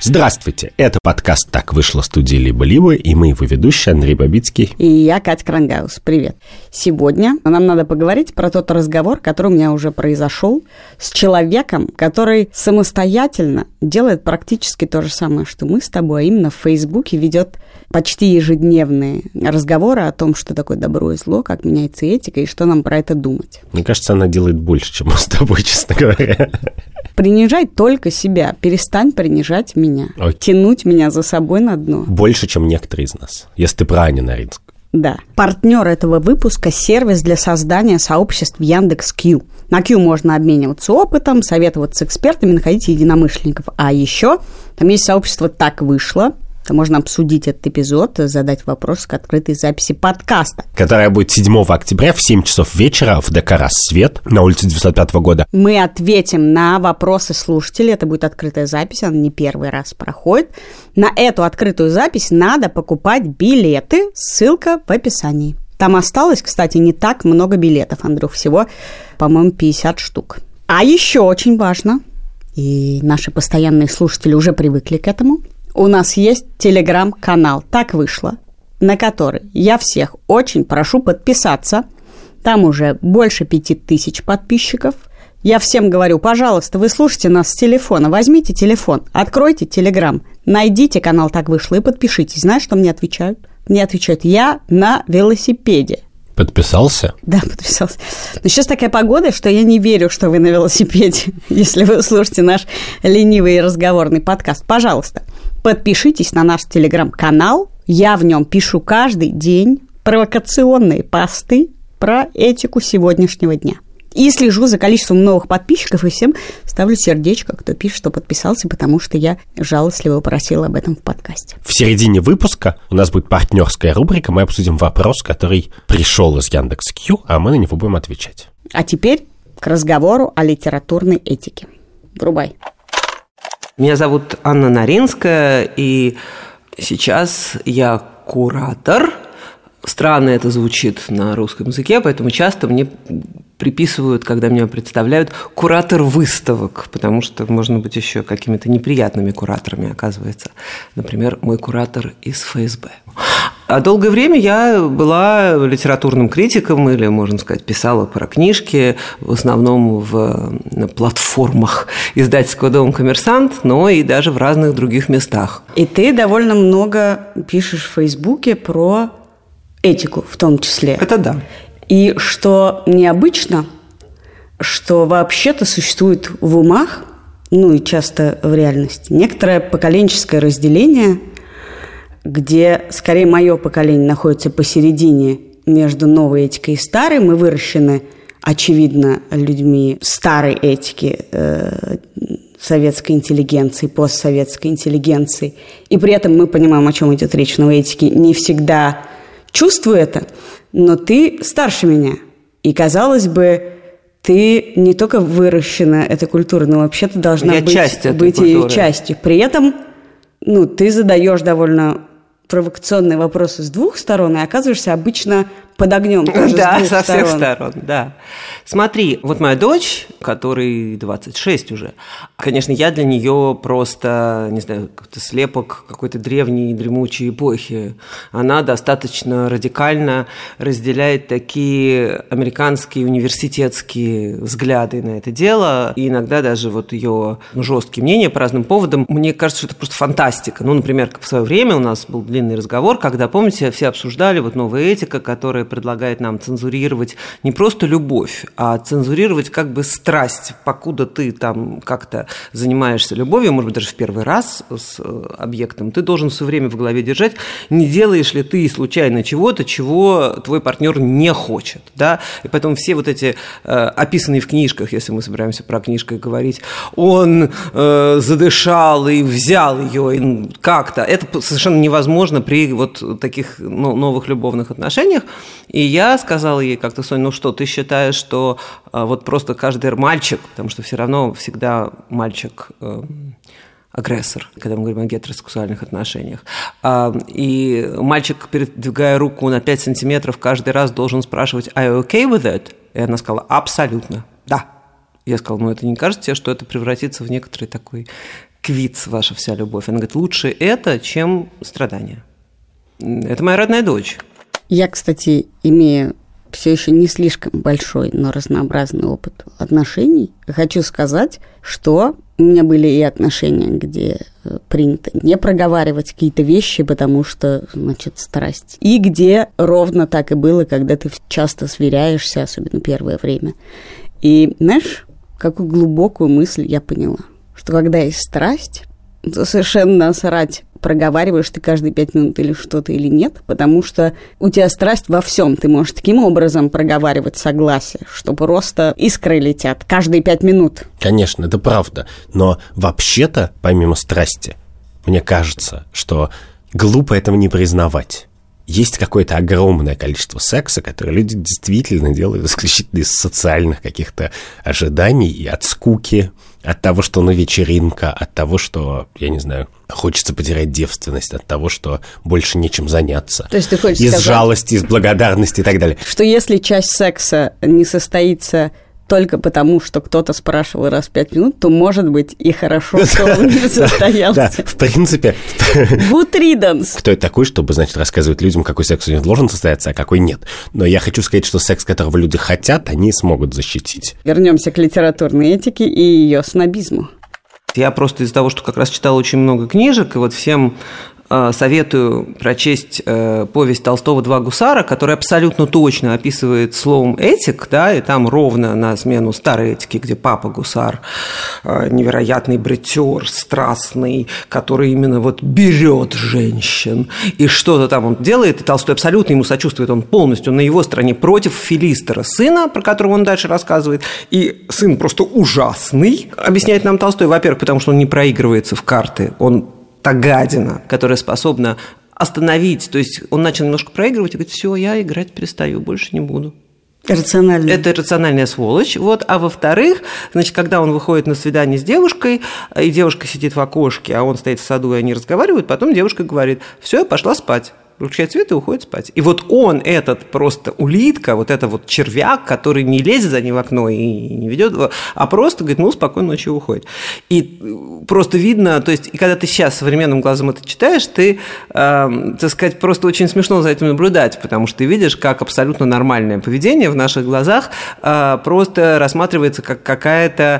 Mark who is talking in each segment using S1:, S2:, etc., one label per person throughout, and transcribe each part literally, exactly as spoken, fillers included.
S1: Здравствуйте, это подкаст «Так вышло» студии «Либо-либо», и мы его ведущие Андрей Бабицкий.
S2: И я, Катя Крангаус. Привет. Сегодня нам надо поговорить про тот разговор, который у меня уже произошел с человеком, который самостоятельно делает практически то же самое, что мы с тобой, а именно в Фейсбуке ведет почти ежедневные разговоры о том, что такое добро и зло, как меняется этика и что нам про это думать.
S1: Мне кажется, она делает больше, чем мы с тобой, честно говоря.
S2: Принижай только себя, перестань принижать меня,
S1: Ой.
S2: тянуть меня за собой на дно.
S1: Больше, чем некоторые из нас, если ты про Аню Наринскую.
S2: Да. Партнер этого выпуска – сервис для создания сообществ Яндекс.Кью. На Q можно обмениваться опытом, советоваться с экспертами, находить единомышленников. А еще там есть сообщество «Так вышло». Там можно обсудить этот эпизод, задать вопрос к открытой записи подкаста.
S1: Которая будет седьмого октября в семь часов вечера в ДК «Рассвет» на улице девятьсот пятого года. Мы
S2: ответим на вопросы слушателей. Это будет открытая запись, она не первый раз проходит. На эту открытую запись надо покупать билеты. Ссылка в описании. Там осталось, кстати, не так много билетов, Андрюх, всего, по-моему, пятьдесят штук. А еще очень важно, и наши постоянные слушатели уже привыкли к этому, у нас есть телеграм-канал «Так вышло», на который я всех очень прошу подписаться. Там уже больше пяти тысяч подписчиков. Я всем говорю, пожалуйста, вы слушаете нас с телефона, возьмите телефон, откройте телеграм, найдите канал «Так вышло» и подпишитесь. Знаешь, что мне отвечают? Мне отвечают, я на велосипеде.
S1: Подписался?
S2: Да, подписался. Но сейчас такая погода, что я не верю, что вы на велосипеде, если вы слушаете наш ленивый разговорный подкаст. Пожалуйста, подпишитесь на наш телеграм-канал. Я в нем пишу каждый день провокационные посты про этику сегодняшнего дня. И слежу за количеством новых подписчиков, и всем ставлю сердечко, кто пишет, что подписался, потому что я жалостливо просила об этом в подкасте.
S1: В середине выпуска у нас будет партнерская рубрика, мы обсудим вопрос, который пришел из Яндекс.Кью, а мы на него будем отвечать.
S2: А теперь к разговору о литературной этике. Врубай.
S3: Меня зовут Анна Наринская, и сейчас я куратор. Странно это звучит на русском языке, поэтому часто мне приписывают, когда меня представляют, куратор выставок, потому что можно быть еще какими-то неприятными кураторами, оказывается. Например, мой куратор из эф эс бэ. А долгое время я была литературным критиком, или, можно сказать, писала про книжки, в основном в, на платформах издательского дома «Коммерсант», но и даже в разных других местах.
S2: И ты довольно много пишешь в Фейсбуке про этику в том числе.
S3: Это да.
S2: И что необычно, что вообще-то существует в умах, ну и часто в реальности, некоторое поколенческое разделение, где, скорее, мое поколение находится посередине между новой этикой и старой. Мы выращены, очевидно, людьми старой этики, э, советской интеллигенции, постсоветской интеллигенции. И при этом мы понимаем, о чем идет речь в новой этике, не всегда чувствую это, но ты старше меня. И, казалось бы, ты не только выращена этой культурой, но вообще-то должна
S3: Я
S2: быть, быть ее частью. При этом ну, ты задаешь довольно провокационные вопросы с двух сторон и оказываешься обычно под огнем тоже
S3: да,
S2: с двух
S3: со
S2: сторон.
S3: всех сторон, да. Смотри, вот моя дочь, которой двадцать шесть уже, конечно, я для нее просто, не знаю, как-то слепок какой-то древней, дремучей эпохи. Она достаточно радикально разделяет такие американские университетские взгляды на это дело, и иногда даже вот ее жесткие мнения по разным поводам. Мне кажется, что это просто фантастика. Ну, например, в свое время у нас был длинный разговор, когда, помните, все обсуждали вот новая этика, которая предлагает нам цензурировать не просто любовь, а цензурировать как бы страсть, покуда ты там как-то занимаешься любовью, может быть, даже в первый раз с объектом, ты должен все время в голове держать, не делаешь ли ты случайно чего-то, чего твой партнер не хочет, да, и поэтому все вот эти э, описанные в книжках, если мы собираемся про книжку говорить, он э, задышал и взял ее и как-то, это совершенно невозможно при вот таких ну, новых любовных отношениях. И я сказала ей как-то: Соня, ну что, ты считаешь, что а, вот просто каждый мальчик, потому что все равно всегда мальчик э, агрессор, когда мы говорим о гетеросексуальных отношениях, а, и мальчик, передвигая руку на пять сантиметров, каждый раз должен спрашивать «Are you okay with that?» И она сказала: абсолютно, да. Я сказала: ну это не кажется тебе, что это превратится в некоторый такой квиц ваша вся любовь. Она говорит, лучше это, чем страдания. Это моя родная дочь.
S2: Я, кстати, имею все еще не слишком большой, но разнообразный опыт отношений. Хочу сказать, что у меня были и отношения, где принято не проговаривать какие-то вещи, потому что, значит, страсть. И где ровно так и было, когда ты часто сверяешься, особенно первое время. И знаешь, какую глубокую мысль я поняла, что когда есть страсть, то совершенно насрать, проговариваешь ты каждые пять минут или что-то или нет, потому что у тебя страсть во всем. Ты можешь таким образом проговаривать согласие, что просто искры летят каждые пять минут.
S1: Конечно, это правда. Но вообще-то, помимо страсти, мне кажется, что глупо этого не признавать. Есть какое-то огромное количество секса, которое люди действительно делают исключительно из социальных каких-то ожиданий и от скуки, от того, что на вечеринка, от того, что, я не знаю, хочется потерять девственность, от того, что больше нечем заняться.
S2: То есть ты хочешь
S1: из
S2: сказать,
S1: жалости, из благодарности и так далее.
S2: Что если часть секса не состоится только потому, что кто-то спрашивал раз в пять минут, то, может быть, и хорошо, что он не состоялся.
S1: Да, в принципе.
S2: Good riddance.
S1: Кто это такой, чтобы, значит, рассказывать людям, какой секс у них должен состояться, а какой нет. Но я хочу сказать, что секс, которого люди хотят, они смогут защитить.
S2: Вернемся к литературной этике и ее снобизму.
S3: Я просто из-за того, что как раз читал очень много книжек, и вот всем советую прочесть э, повесть Толстого «Два гусара», которая абсолютно точно описывает словом «этик», да, и там ровно на смену старой этики, где папа гусар, э, невероятный бритер, страстный, который именно вот берет женщин, и что-то там он делает, и Толстой абсолютно ему сочувствует, он полностью на его стороне против Филистера, сына, про которого он дальше рассказывает, и сын просто ужасный, объясняет нам Толстой, во-первых, потому что он не проигрывается в карты, он та гадина, которая способна остановить. То есть он начал немножко проигрывать и говорит, все, я играть перестаю, больше не буду.
S2: Рационально.
S3: Это рациональная сволочь. Вот. А во-вторых, значит, когда он выходит на свидание с девушкой, и девушка сидит в окошке, а он стоит в саду, и они разговаривают, потом девушка говорит, все, я пошла спать. Включает свет и уходит спать. И вот он, этот просто улитка, вот это вот червяк, который не лезет за ним в окно и не ведет, а просто говорит, ну, спокойной ночью уходит. И просто видно, то есть, и когда ты сейчас современным глазом это читаешь, ты, э, так сказать, просто очень смешно за этим наблюдать, потому что ты видишь, как абсолютно нормальное поведение в наших глазах э, просто рассматривается как какая-то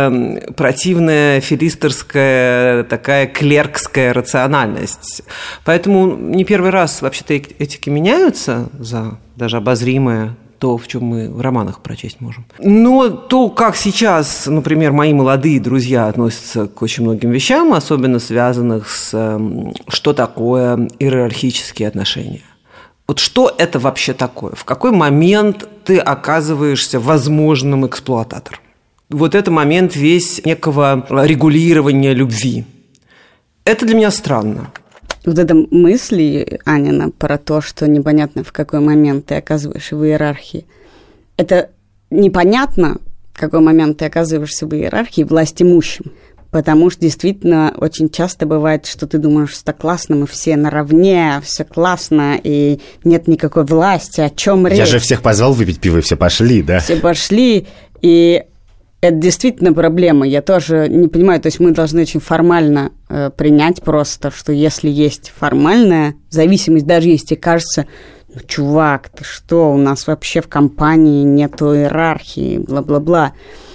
S3: э, противная филистерская, такая клеркская рациональность. Поэтому не первый раз раз вообще-то этики меняются за даже обозримое то, в чем мы в романах прочесть можем. Но то, как сейчас, например, мои молодые друзья относятся к очень многим вещам, особенно связанных с что такое иерархические отношения. Вот что это вообще такое? В какой момент ты оказываешься возможным эксплуататором? Вот это момент весь некого регулирования любви. Это для меня странно.
S2: Вот эта мысль, Анина, про то, что непонятно, в какой момент ты оказываешься в иерархии. Это непонятно, в какой момент ты оказываешься в иерархии власть имущим. Потому что действительно очень часто бывает, что ты думаешь, что классно, мы все наравне, все классно, и нет никакой власти, о чем речь?
S1: Я же всех позвал выпить пиво, и все пошли, да?
S2: Все пошли, и... Это действительно проблема. Я тоже не понимаю, то есть мы должны очень формально э, принять просто, что если есть формальная зависимость, даже если кажется, ну, чувак, ты что, у нас вообще в компании нету иерархии, бла-бла-бла,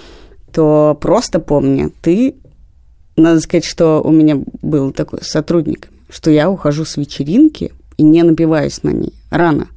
S2: то просто помни, ты, надо сказать, что у меня был такой сотрудник, что я ухожу с вечеринки и не напиваюсь на ней рано,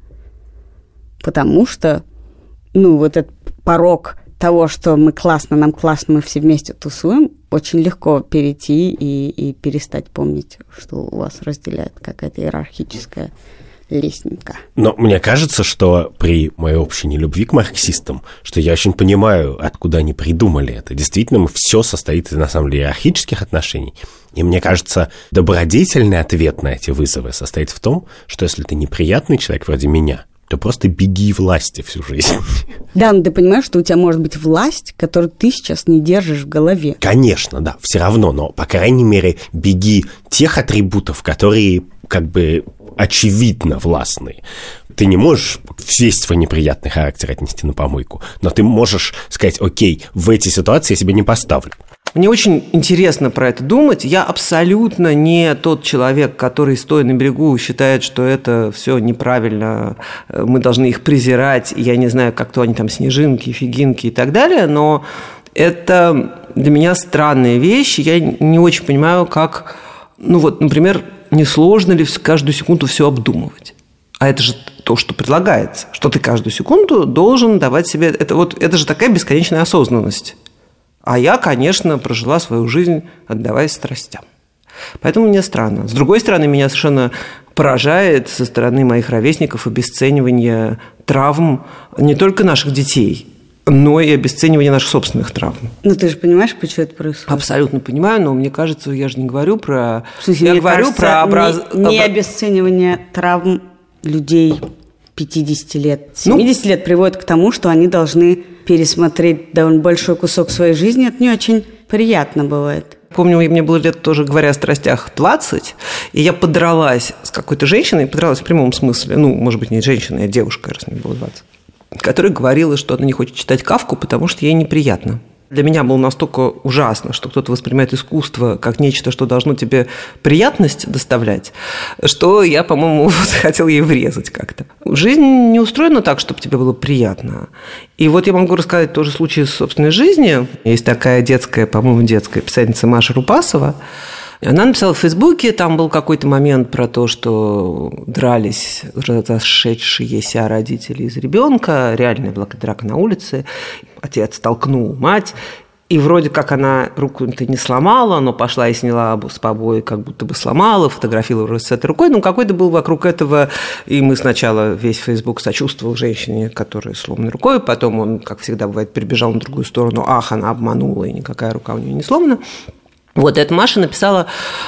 S2: потому что, ну, вот этот порог того, что мы классно, нам классно, мы все вместе тусуем, очень легко перейти и, и перестать помнить, что у вас разделяет какая-то иерархическая лестница.
S1: Но мне кажется, что при моей общей нелюбви к марксистам, что я очень понимаю, откуда они придумали это. Действительно, все состоит из, на самом деле, иерархических отношений. И мне кажется, добродетельный ответ на эти вызовы состоит в том, что если ты неприятный человек вроде меня, то просто беги власти всю жизнь.
S2: Да, но ты понимаешь, что у тебя может быть власть, которую ты сейчас не держишь в голове.
S1: Конечно, да, все равно, но, по крайней мере, беги тех атрибутов, которые как бы очевидно властные. Ты не можешь весь свой неприятный характер отнести на помойку, но ты можешь сказать, окей, в эти ситуации я себя не поставлю.
S3: Мне очень интересно про это думать. Я абсолютно не тот человек, который, стоя на берегу, считает, что это все неправильно, мы должны их презирать, я не знаю, как то они там снежинки, фигинки и так далее, но это для меня странная вещь. Я не очень понимаю, как, ну вот, например, несложно ли каждую секунду все обдумывать. А это же то, что предлагается, что ты каждую секунду должен давать себе... Это, вот, это же такая бесконечная осознанность. А я, конечно, прожила свою жизнь, отдаваясь страстям. Поэтому мне странно. С другой стороны, меня совершенно поражает со стороны моих ровесников обесценивание травм не только наших детей, но и обесценивание наших собственных травм.
S2: Ну, ты же понимаешь, почему это происходит?
S3: Абсолютно понимаю, но мне кажется, я же не говорю про...
S2: В смысле,
S3: я
S2: мне
S3: говорю
S2: кажется,
S3: про образ...
S2: не, не обесценивание травм людей пятидесяти лет, семидесяти ну, лет приводит к тому, что они должны пересмотреть довольно большой кусок своей жизни. Это не очень приятно бывает.
S3: Помню, мне было лет тоже, говоря о страстях, двадцать, и я подралась с какой-то женщиной, подралась в прямом смысле, ну, может быть, не женщина, а девушка, раз мне было двадцать, которая говорила, что она не хочет читать Кафку, потому что ей неприятно. Для меня было настолько ужасно, что кто-то воспринимает искусство как нечто, что должно тебе приятность доставлять, что я, по-моему, вот хотела ей врезать как-то. Жизнь не устроена так, чтобы тебе было приятно. И вот я могу рассказать тоже случай из собственной жизни. Есть такая детская, по-моему, детская писательница Маша Рупасова. Она написала в Фейсбуке, там был какой-то момент про то, что дрались разошедшиеся родители из ребенка, реальная была драка на улице, отец толкнул мать, и вроде как она руку-то не сломала, но пошла и сняла с побои, как будто бы сломала, фотографировалась с этой рукой, ну какой-то был вокруг этого, и мы сначала весь Фейсбук сочувствовал женщине, которая сломана рукой, потом он, как всегда бывает, перебежал на другую сторону, ах, она обманула, и никакая рука у нее не сломана. Вот эта Маша написала,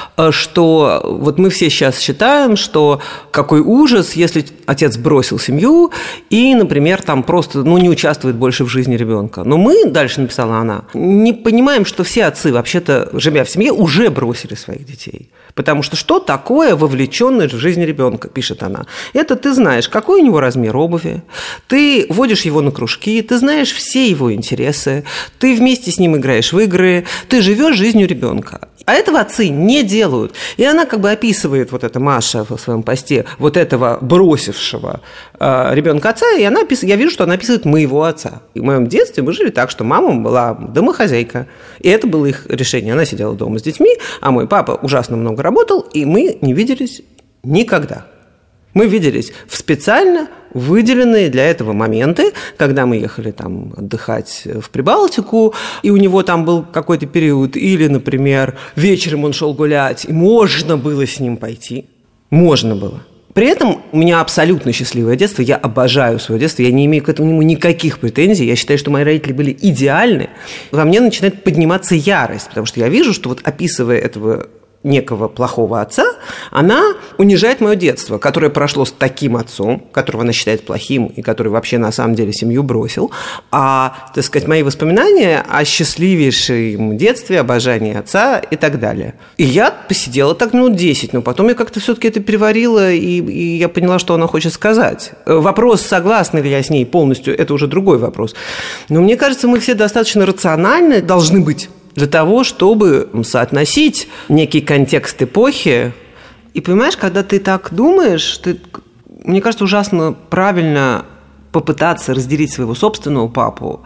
S3: что вот мы все сейчас считаем, что какой ужас, если отец бросил семью и, например, там просто ну, не участвует больше в жизни ребенка. Но мы, дальше написала она, не понимаем, что все отцы, вообще-то, живя в семье, уже бросили своих детей. Потому что что такое вовлеченность в жизнь ребенка, пишет она. Это ты знаешь, какой у него размер обуви, ты водишь его на кружки, ты знаешь все его интересы, ты вместе с ним играешь в игры, ты живешь жизнью ребенка. А этого отцы не делают. И она как бы описывает, вот эта Маша в своем посте, вот этого бросившего э, ребенка отца, и она описывает, я вижу, что она описывает моего отца. И в моем детстве мы жили так, что мама была домохозяйка, и это было их решение. Она сидела дома с детьми, а мой папа ужасно много работал, и мы не виделись никогда. Мы виделись в специально выделенные для этого моменты, когда мы ехали там отдыхать в Прибалтику, и у него там был какой-то период, или, например, вечером он шел гулять, и можно было с ним пойти. Можно было. При этом у меня абсолютно счастливое детство, я обожаю свое детство, я не имею к этому никаких претензий, я считаю, что мои родители были идеальны. Во мне начинает подниматься ярость, потому что я вижу, что вот описывая этого некого плохого отца, она унижает мое детство, которое прошло с таким отцом, которого она считает плохим и который вообще на самом деле семью бросил, а, так сказать, мои воспоминания о счастливейшем детстве, обожании отца и так далее. И я посидела так минут десять, но потом я как-то все-таки это переварила, и, и я поняла, что она хочет сказать. Вопрос, согласна ли я с ней полностью, это уже другой вопрос. Но мне кажется, мы все достаточно рациональны должны быть для того, чтобы соотносить некий контекст эпохи. И понимаешь, когда ты так думаешь, ты, мне кажется, ужасно правильно попытаться разделить своего собственного папу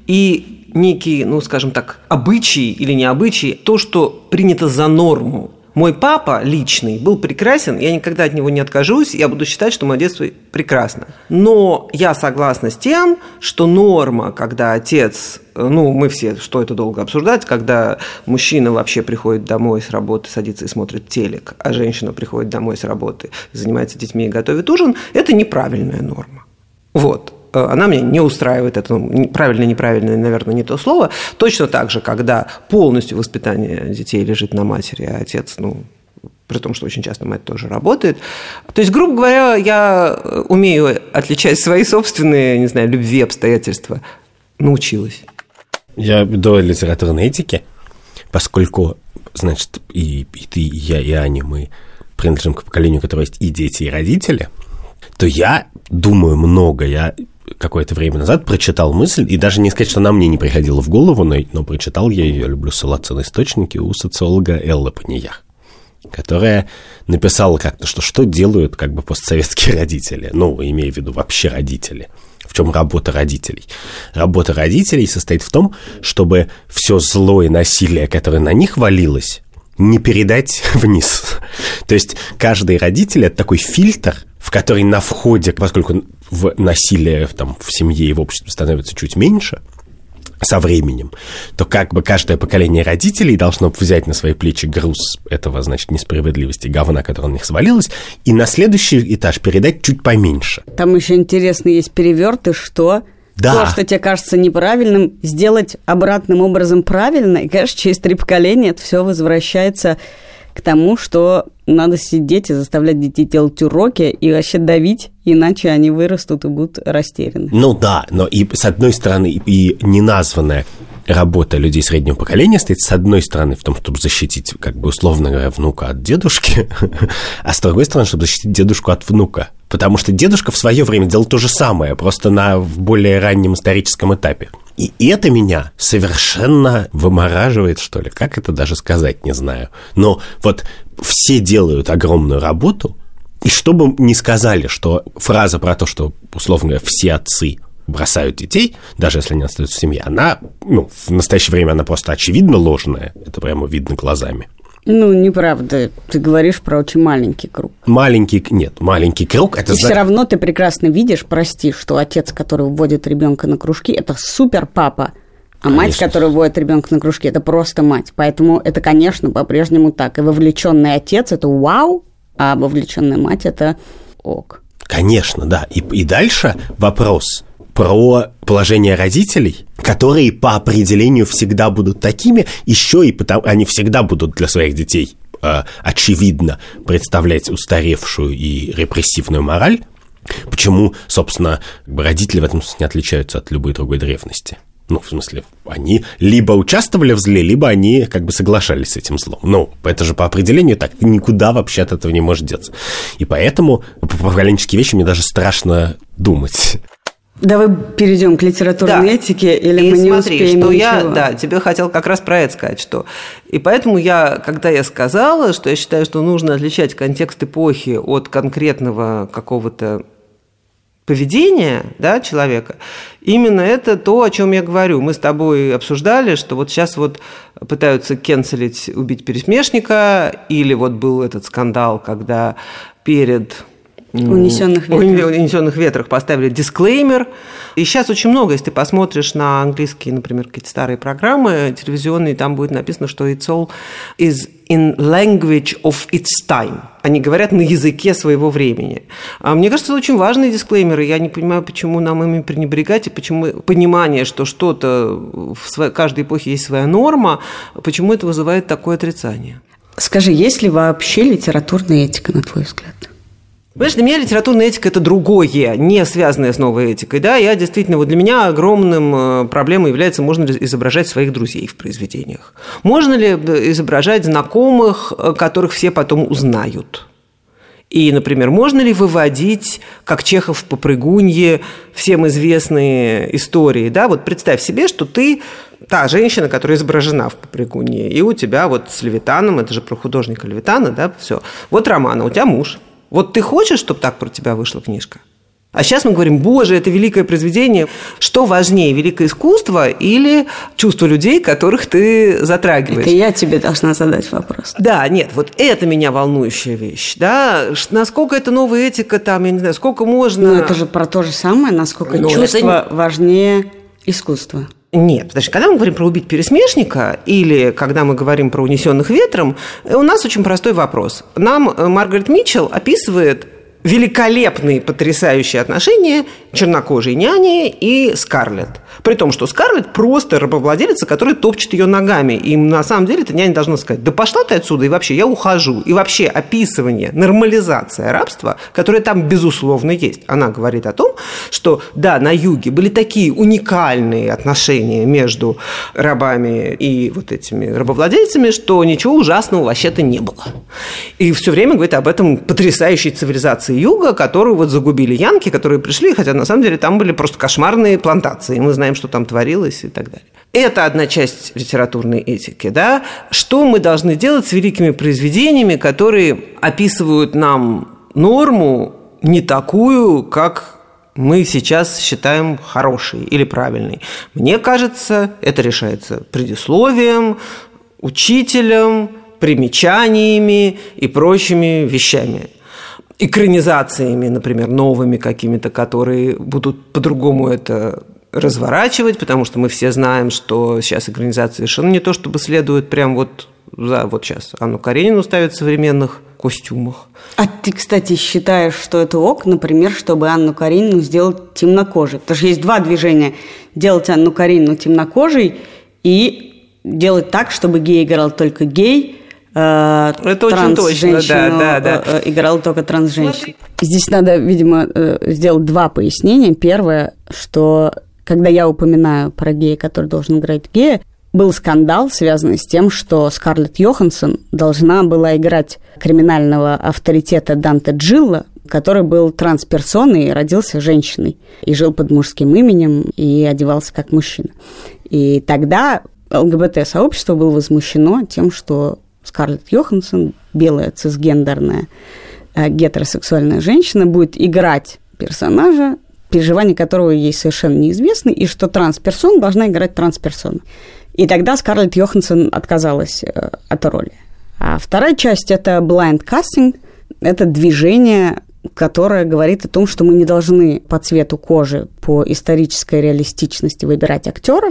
S3: и некий, ну, скажем так, обычай или не обычай, то, что принято за норму. Мой папа личный был прекрасен, я никогда от него не откажусь, я буду считать, что мое детство прекрасно. Но я согласна с тем, что норма, когда отец, ну, мы все, что это долго обсуждать, когда мужчина вообще приходит домой с работы, садится и смотрит телек, а женщина приходит домой с работы, занимается детьми и готовит ужин, это неправильная норма. Вот. Она меня не устраивает, это ну, правильно, неправильно, наверное, не то слово. Точно так же, когда полностью воспитание детей лежит на матери, а отец, ну, при том, что очень часто мать тоже работает. То есть, грубо говоря, я умею отличать свои собственные, не знаю, любви, обстоятельства. Научилась.
S1: Я до литературной этики, поскольку, значит, и, и ты, и я, и Аня, мы принадлежим к поколению, у которого есть и дети, и родители, то я думаю много, я какое-то время назад прочитал мысль, и даже не сказать, что она мне не приходила в голову, но, но прочитал я ее, люблю ссылаться на источники, у социолога Эллы Паниях, которая написала как-то, что что делают как бы постсоветские родители, ну, имея в виду вообще родители. В чем работа родителей? Работа родителей состоит в том, чтобы все зло и насилие, которое на них валилось, не передать вниз. То есть каждый родитель – это такой фильтр, в который на входе, поскольку в насилие там, в семье и в обществе становится чуть меньше со временем, то как бы каждое поколение родителей должно взять на свои плечи груз этого, значит, несправедливости, говна, которое на них свалилось, и на следующий этаж передать чуть поменьше.
S2: Там еще интересно есть переверты, что... Да. То, что тебе кажется неправильным, сделать обратным образом правильно. И, конечно, через три поколения это все возвращается к тому, что надо сидеть и заставлять детей делать уроки и вообще давить, иначе они вырастут и будут растеряны.
S1: Ну да, но и с одной стороны и неназванная работа людей среднего поколения стоит с одной стороны в том, чтобы защитить, как бы условно говоря, внука от дедушки, а с другой стороны, чтобы защитить дедушку от внука. Потому что дедушка в свое время делал то же самое, просто на в более раннем историческом этапе. И это меня совершенно вымораживает, что ли. Как это даже сказать, не знаю. Но вот все делают огромную работу, и что бы ни сказали, что фраза про то, что, условно говоря, все отцы бросают детей, даже если они остаются в семье, она, ну, в настоящее время она просто очевидно ложная. Это прямо видно глазами.
S2: Ну, неправда. Ты говоришь про очень маленький круг.
S1: Маленький, нет, маленький круг. Это
S2: и за... все равно ты прекрасно видишь, прости, что отец, который вводит ребенка на кружки, это супер папа. А конечно. Мать, которая вводит ребенка на кружки, это просто мать. Поэтому это, конечно, по-прежнему так. И вовлеченный отец это вау, а вовлеченная мать это ок.
S1: Конечно, да. И, и дальше вопрос про положение родителей, которые по определению всегда будут такими, еще и потому, они всегда будут для своих детей, э, очевидно, представлять устаревшую и репрессивную мораль. Почему, собственно, родители в этом смысле не отличаются от любой другой древности? Ну, в смысле, они либо участвовали в зле, либо они как бы соглашались с этим злом. Ну, это же по определению так, ты никуда вообще от этого не можешь деться. И поэтому по поколенческие вещи мне даже страшно думать.
S2: Давай перейдем к литературной да. этике, или и мы не
S3: смотри,
S2: успеем
S3: что
S2: ничего.
S3: Я, да, тебе хотел как раз про это сказать, что... И поэтому я, когда я сказала, что я считаю, что нужно отличать контекст эпохи от конкретного какого-то поведения, да, человека, именно это то, о чем я говорю. Мы с тобой обсуждали, что вот сейчас вот пытаются кенселить «Убить пересмешника», или вот был этот скандал, когда перед...
S2: «Унесенных ветрах».
S3: «Унесенных ветрах» поставили дисклеймер. И сейчас очень много, если ты посмотришь на английские, например, какие-то старые программы телевизионные, там будет написано, что «it's all is in language of its time». Они говорят на языке своего времени. А мне кажется, это очень важные дисклеймеры. Я не понимаю, почему нам ими пренебрегать, и почему понимание, что что-то в своей, каждой эпохе есть своя норма, почему это вызывает такое отрицание.
S2: Скажи, есть ли вообще литературная этика, на твой взгляд?
S3: Понимаешь, для меня литературная этика – это другое, не связанное с новой этикой. Да? Я действительно, вот для меня огромным проблемой является, можно ли изображать своих друзей в произведениях. Можно ли изображать знакомых, которых все потом узнают. И, например, можно ли выводить, как Чехов в «Попрыгунье», всем известные истории. Да? Вот представь себе, что ты та женщина, которая изображена в «Попрыгунье», и у тебя вот с Левитаном, это же про художника Левитана, да, все. Вот роман, а у тебя муж. Вот ты хочешь, чтобы так про тебя вышла книжка? А сейчас мы говорим, боже, это великое произведение. Что важнее, великое искусство или чувства людей, которых ты затрагиваешь?
S2: Это я тебе должна задать вопрос.
S3: Да, нет, вот это меня волнующая вещь. Да? Насколько это новая этика, там, я не знаю, сколько можно...
S2: Ну, это же про то же самое, насколько Но чувство это... важнее искусства.
S3: Нет, потому что когда мы говорим про «Убить пересмешника» или когда мы говорим про «Унесенных ветром», у нас очень простой вопрос. Нам Маргарет Митчелл описывает великолепные, потрясающие отношения чернокожей няни и Скарлетт. При том, что Скарлетт просто рабовладелица, которая топчет ее ногами. И на самом деле эта няня должна сказать: да пошла ты отсюда, и вообще я ухожу. И вообще описывание, нормализация рабства, которая там безусловно есть. Она говорит о том, что да, на юге были такие уникальные отношения между рабами и вот этими рабовладельцами, что ничего ужасного вообще-то не было. И все время говорит об этом потрясающей цивилизации американской юга, которую вот загубили янки, которые пришли, хотя на самом деле там были просто кошмарные плантации, и мы знаем, что там творилось и так далее. Это одна часть литературной этики, да? Что мы должны делать с великими произведениями, которые описывают нам норму не такую, как мы сейчас считаем хорошей или правильной? Мне кажется, это решается предисловием, учителем, примечаниями и прочими вещами. Экранизациями, например, новыми какими-то, которые будут по-другому это разворачивать, потому что мы все знаем, что сейчас экранизации совершенно не то, чтобы следуют прям вот за вот сейчас Анну Каренину ставят в современных костюмах.
S2: А ты, кстати, считаешь, что это ок, например, чтобы Анну Каренину сделать темнокожей? Потому что есть два движения. Делать Анну Каренину темнокожей и делать так, чтобы гей играл только гей, э,
S3: это очень точно, да, да, да.
S2: Э, играл только транс-женщину. Здесь надо, видимо, сделать два пояснения. Первое, что когда я упоминаю про гея, который должен играть гея, был скандал, связанный с тем, что Скарлетт Йоханссон должна была играть криминального авторитета Данте Джилла, который был трансперсоной и родился женщиной, и жил под мужским именем, и одевался как мужчина. И тогда ЛГБТ-сообщество было возмущено тем, что Скарлетт Йоханссон, белая цисгендерная гетеросексуальная женщина, будет играть персонажа, переживания которого ей совершенно неизвестны, и что трансперсона должна играть трансперсону. И тогда Скарлетт Йоханссон отказалась от роли. А вторая часть – это blind casting, это движение, которое говорит о том, что мы не должны по цвету кожи, по исторической реалистичности выбирать актеров,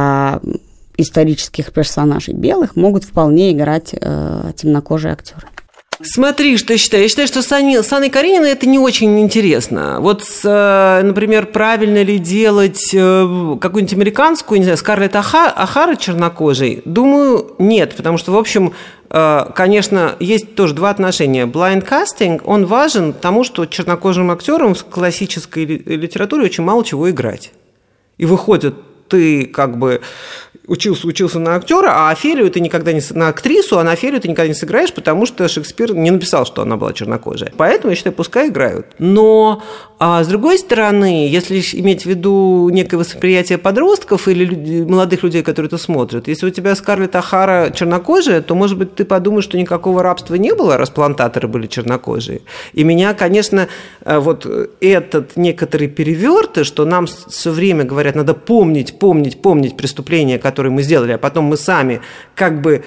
S2: а исторических персонажей белых могут вполне играть э, темнокожие актеры.
S3: Смотри, что я считаю. Я считаю, что с Анной, с Анной Карениной это не очень интересно. Вот, с, например, правильно ли делать какую-нибудь американскую, не знаю, Скарлетт О'Хара чернокожей? Думаю, нет, потому что, в общем, конечно, есть тоже два отношения. Blind casting, он важен тому, что чернокожим актерам в классической литературе очень мало чего играть. И выходит, ты как бы учился, учился на актера, а Офелию ты никогда не... на актрису, а на Офелию ты никогда не сыграешь, потому что Шекспир не написал, что она была чернокожая. Поэтому, я считаю, пускай играют. Но, а, с другой стороны, если иметь в виду некое восприятие подростков или люди, молодых людей, которые это смотрят, если у тебя Скарлетт О'Хара чернокожая, то, может быть, ты подумаешь, что никакого рабства не было, раз плантаторы были чернокожие. И меня, конечно, вот этот некоторый перевертыш, что нам все время говорят, надо помнить, помнить, помнить преступления, которые которые мы сделали, а потом мы сами как бы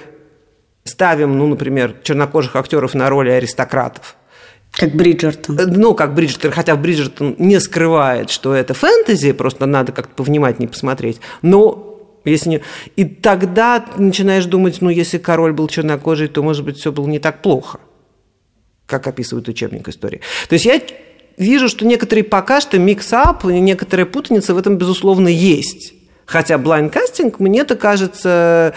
S3: ставим, ну, например, чернокожих актеров на роли аристократов.
S2: Как Бриджертон.
S3: Ну, как Бриджертон, хотя Бриджертон не скрывает, что это фэнтези, просто надо как-то повнимательнее посмотреть. Но если не... И тогда ты начинаешь думать, ну, если король был чернокожий, то, может быть, все было не так плохо, как описывает учебник истории. То есть я вижу, что некоторые пока что микс-ап, некоторая путаница в этом, безусловно, есть. Хотя блайнд-кастинг, мне-то кажется,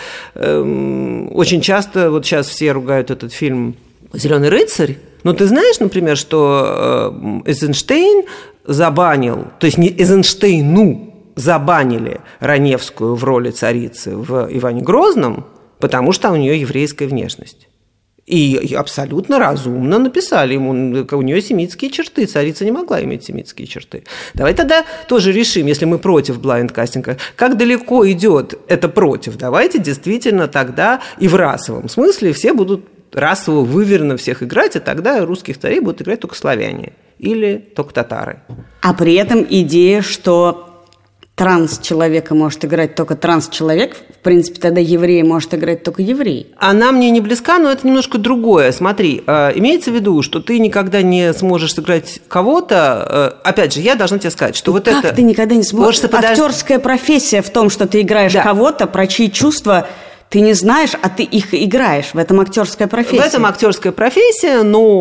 S3: эм, очень часто, вот сейчас все ругают этот фильм «Зеленый рыцарь», но ты знаешь, например, что э, Эйзенштейн забанил, то есть не Эйзенштейну забанили Раневскую в роли царицы в «Иване Грозном», потому что у нее еврейская внешность. И абсолютно разумно написали ему, у нее семитские черты, царица не могла иметь семитские черты. Давай тогда тоже решим, если мы против блайнд-кастинга, как далеко идет это против. Давайте действительно тогда и в расовом смысле все будут расово выверенно всех играть, и тогда русских царей будут играть только славяне или только татары.
S2: А при этом идея, что транс-человека может играть только транс-человек, в принципе, тогда еврея может играть только еврей.
S3: Она мне не близка, но это немножко другое. Смотри, э, имеется в виду, что ты никогда не сможешь сыграть кого-то. Э, опять же, я должна тебе сказать, что
S2: ну
S3: вот
S2: как
S3: это...
S2: ты никогда не сможешь?
S3: Может, подож...
S2: Актерская профессия в том, что ты играешь да. кого-то, про чьи чувства ты не знаешь, а ты их играешь. В этом актерская профессия.
S3: В этом актерская профессия,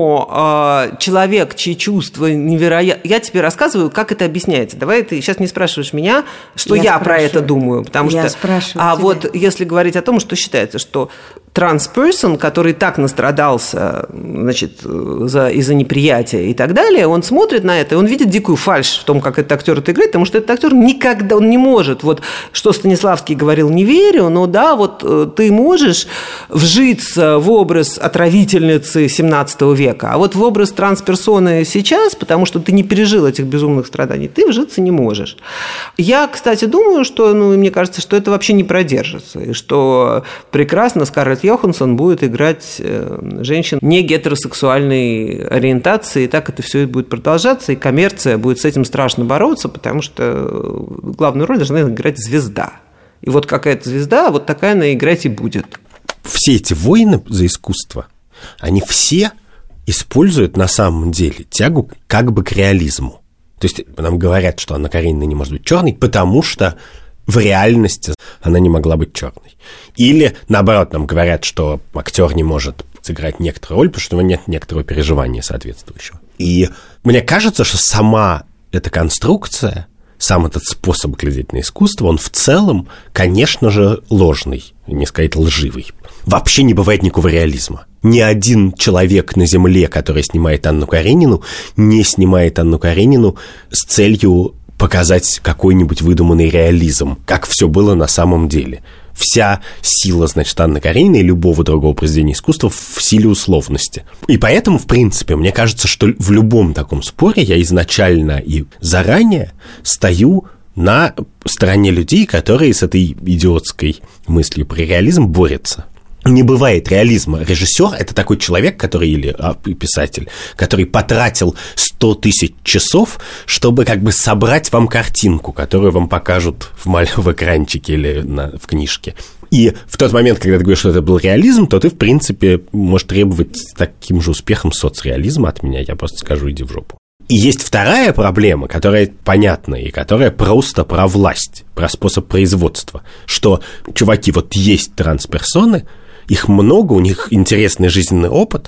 S3: но э, человек, чьи чувства невероятно... Я тебе рассказываю, как это объясняется. Давай ты сейчас не спрашиваешь меня, что я, я про это думаю. Потому
S2: я
S3: что...
S2: спрашиваю
S3: А
S2: тебя.
S3: Вот если говорить о том, что считается, что трансперсон, который так настрадался, значит, за, из-за неприятия и так далее, он смотрит на это, и он видит дикую фальшь в том, как этот актер это играет, потому что этот актер никогда, он не может, вот, что Станиславский говорил, не верю, но да, вот что ты можешь вжиться в образ отравительницы семнадцатого века, а вот в образ трансперсоны сейчас, потому что ты не пережил этих безумных страданий, ты вжиться не можешь. Я, кстати, думаю, что, ну, мне кажется, что это вообще не продержится, и что прекрасно Скарлетт Йоханссон будет играть женщин не гетеросексуальной ориентации, и так это все будет продолжаться, и коммерция будет с этим страшно бороться, потому что главную роль должна играть звезда. И вот какая-то звезда, вот такая она играть и будет.
S1: Все эти войны за искусство, они все используют на самом деле тягу как бы к реализму. То есть нам говорят, что Анна Каренина не может быть черной, потому что в реальности она не могла быть черной. Или, наоборот, нам говорят, что актер не может сыграть некоторую роль, потому что у него нет некоторого переживания соответствующего. И мне кажется, что сама эта конструкция, сам этот способ глядеть на искусство, он в целом, конечно же, ложный, не сказать лживый. Вообще не бывает никакого реализма. Ни один человек на Земле, который снимает Анну Каренину, не снимает Анну Каренину с целью показать какой-нибудь выдуманный реализм, как все было на самом деле. Вся сила, значит, Анны Карениной и любого другого произведения искусства в силе условности. И поэтому, в принципе, мне кажется, что в любом таком споре я изначально и заранее стою на стороне людей, которые с этой идиотской мыслью про реализм борются. Не бывает реализма. Режиссер – это такой человек, который, или а, писатель, который потратил сто тысяч часов, чтобы как бы собрать вам картинку, которую вам покажут в, маль... в экранчике или на... в книжке. И в тот момент, когда ты говоришь, что это был реализм, то ты, в принципе, можешь требовать с таким же успехом соцреализма от меня. Я просто скажу, иди в жопу. И есть вторая проблема, которая понятна, и которая просто про власть, про способ производства. Что, чуваки, вот есть трансперсоны, их много, у них интересный жизненный опыт.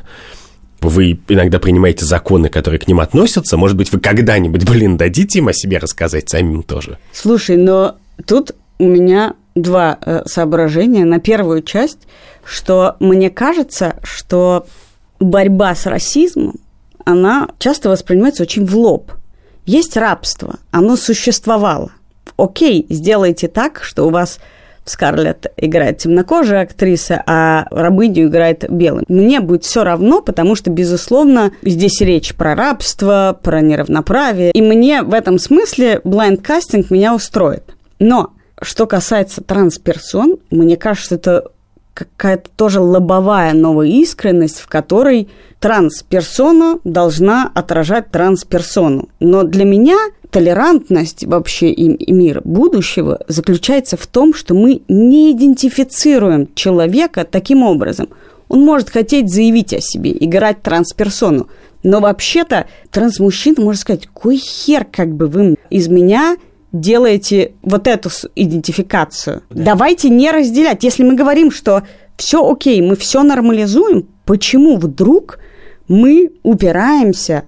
S1: Вы иногда принимаете законы, которые к ним относятся. Может быть, вы когда-нибудь, блин, дадите им о себе рассказать самим тоже?
S2: Слушай, но тут у меня два э, соображения. На первую часть, что мне кажется, что борьба с расизмом, она часто воспринимается очень в лоб. Есть рабство, оно существовало. Окей, сделайте так, что у вас Скарлетт играет темнокожая актриса, а рабыню играет белым. Мне будет все равно, потому что, безусловно, здесь речь про рабство, про неравноправие. И мне в этом смысле блайнд-кастинг меня устроит. Но что касается трансперсон, мне кажется, это какая-то тоже лобовая новая искренность, в которой трансперсона должна отражать трансперсону. Но для меня толерантность вообще и, и мир будущего заключается в том, что мы не идентифицируем человека таким образом. Он может хотеть заявить о себе, играть трансперсону, но вообще-то трансмужчина может сказать: какой хер как бы вы из меня делаете вот эту идентификацию. Да. Давайте не разделять. Если мы говорим, что все окей, мы все нормализуем, почему вдруг мы упираемся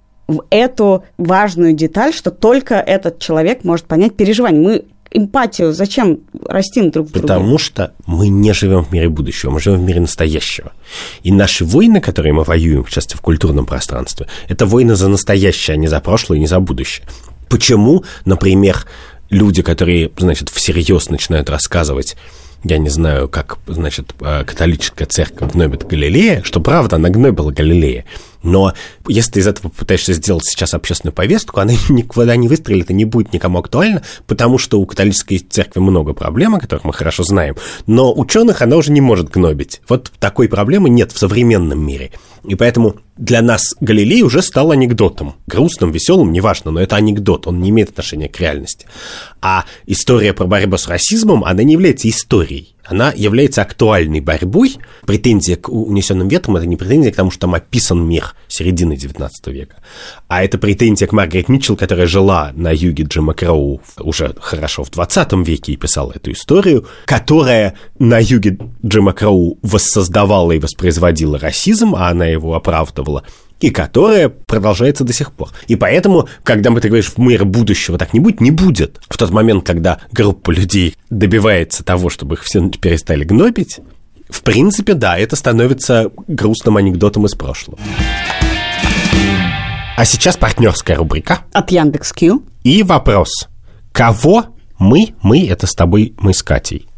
S2: в эту важную деталь, что только этот человек может понять переживания? Мы эмпатию зачем растим друг в друге?
S1: Потому что мы не живем в мире будущего, мы живем в мире настоящего. И наши войны, которые мы воюем, в частности, в культурном пространстве, это войны за настоящее, а не за прошлое, не за будущее. Почему, например, люди, которые, значит, всерьез начинают рассказывать, я не знаю, как, значит, католическая церковь гнобит Галилея, что правда, она гнобила Галилея, но если ты из этого пытаешься сделать сейчас общественную повестку, она никуда не выстрелит и не будет никому актуальна, потому что у католической церкви много проблем, о которых мы хорошо знаем, но ученых она уже не может гнобить. Вот такой проблемы нет в современном мире. И поэтому для нас Галилей уже стал анекдотом. Грустным, веселым, неважно, но это анекдот, он не имеет отношения к реальности. А история про борьбу с расизмом, она не является историей. Она является актуальной борьбой. Претензия к «Унесенным ветром» — это не претензия к тому, что там описан мир середины девятнадцатого века, а это претензия к Маргарет Митчелл, которая жила на юге Джима Кроу уже хорошо в двадцатом веке и писала эту историю, которая на юге Джима Кроу воссоздавала и воспроизводила расизм, а она его оправдывала, и которая продолжается до сих пор. И поэтому, когда ты говоришь, в мире будущего так не будет, не будет. В тот момент, когда группа людей добивается того, чтобы их все перестали гнобить, в принципе, да, это становится грустным анекдотом из прошлого. А сейчас партнерская рубрика
S2: от Яндекс.Кью.
S1: И вопрос. Кого мы, мы, это с тобой, мы с Катей,